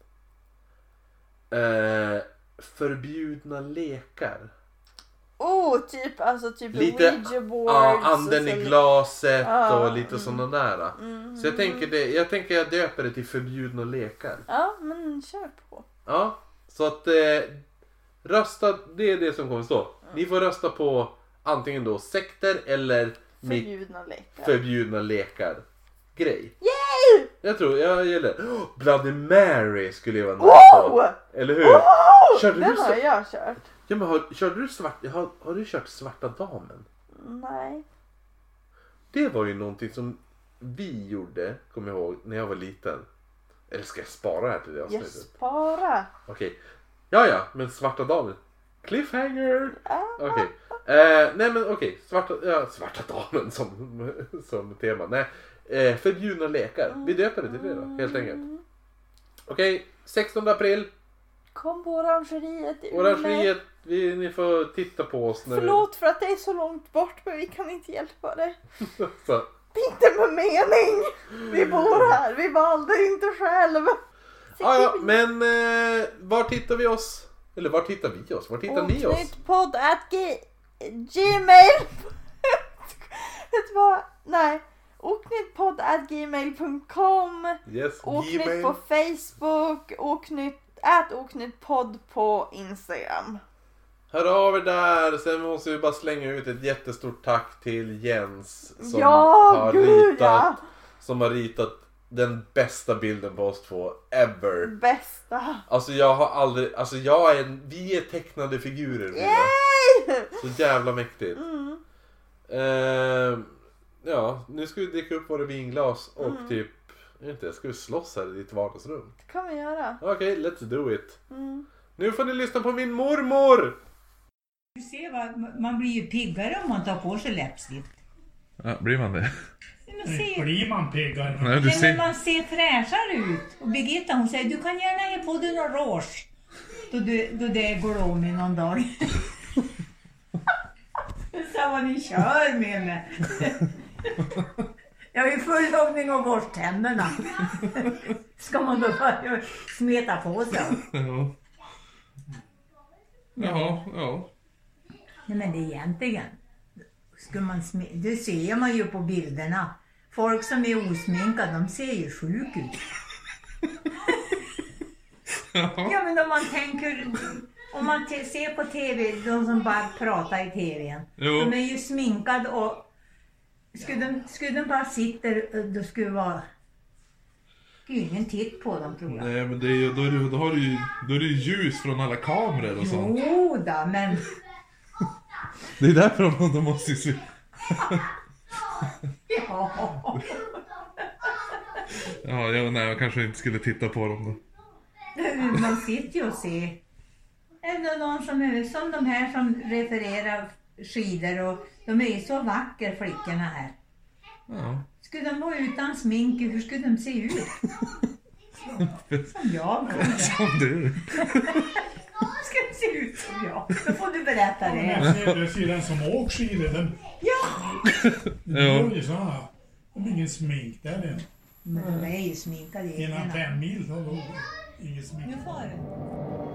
Eh, förbjudna lekar. oh, typ alltså typ Lite, Ouija boards. Ja, anden och i så- glaset Ja, och lite mm. sådana där. Mm. Så jag tänker, det, jag tänker jag döper det till förbjudna lekar. Ja, men kör på. Ja, så att eh, rösta, det är det som kommer stå. Ni får rösta på antingen då sekter eller mitt Förbjudna lekar. förbjudna lekar grej. Yay! Jag tror, jag gillar oh, Bloody Mary skulle jag vara med Wow! på. Eller hur? Oh! Körde Den du så- har jag kört. Ja, men har, körde du svart, har, har du kört Svarta Damen? Nej. Det var ju någonting som vi gjorde, kommer jag ihåg, när jag var liten. Eller ska jag spara det här till det avsnittet? Jag spara. Okej. Ja, ja, men Svarta Damen. Cliffhanger! Ah. Okej. Eh, nej men okej, svarta, ja, svarta damen som, som tema. Nej, eh, förbjudna lekar. Vi döper det till det då, helt enkelt. Okej, sextonde april. Kom på orangeriet i Umeå. Orangeriet, vi, ni får titta på oss. När Förlåt för att det är så långt bort, men vi kan inte hjälpa det. vi, så. Det är inte med mening. Vi bor här, vi valde inte själv. Ah, ja, men eh, var tittar vi oss? Eller var tittar vi oss? Var tittar ni oss? Oknyttpodd at g- gmail. Vet du vad? Nej. Oknyttpodd at gmail punkt com. Yes, Oknytt Gmail. på Facebook. Oknytt at oknyttpodd på Instagram. Hör av er där. Sen måste vi bara slänga ut ett jättestort tack till Jens som Ja, har gud, ritat ja. som har ritat den bästa bilden på oss två ever. Bästa. Alltså jag har aldrig, alltså jag är en, vi är tecknade figurer. Vida. Yay! Så jävla mäktigt. Mm. Ehm, ja, nu ska vi dricka upp våra vinglas och Mm. typ, jag vet inte, ska vi slåss här i ditt vardagsrum? Det kan vi göra. Okej, let's do it. Mm. Nu får ni lyssna på min mormor! Du ser vad, man blir ju piggare om man tar på sig läppstift. Ja, blir man det? Man ser, Blir man piggare? Nej, du nej, men man ser fräschare ut. Och Birgitta hon säger, du kan gärna ge på dig någon rouge. Då, du, då det är glåmig någon dag. Så vad ni kör med mig. Jag är i full långning och borst tänderna. Ska man då bara smeta på sig? Ja. Ja, ja. Nej men det är egentligen. Ska man smi- det ser man ju på bilderna. Folk som är osminkade, de ser ju sjuk ut. Ja men om man tänker, om man t- ser på tv, de som bara pratar i tvn. Jo. De är ju sminkade och Skulle de, skulle de bara sitta, då skulle det vara ingen titt på dem, tror jag. Nej, men det är ju, då, är det, då, har du ju, då är det ju ljus från alla kameror och sånt. Jo då, men Det är därför de, de måste se. ja. Ja, jag, nej, jag kanske inte skulle titta på dem då. Man sitter ju och ser. Eller någon som är som de här som refererar skidor, och de är ju så vackra, flickorna här. Ja. Skulle de vara utan smink, hur skulle de se ut? Som jag. Som du. Ska de se ut som jag? Då får du berätta Ja, men det. jag ser, jag ser den som åker skidor, den, Ja, den Ja. går ju så här. De har ingen smink där än. men de är ju sminkade. Innan fem mil så har de ingen smink. Nu får du.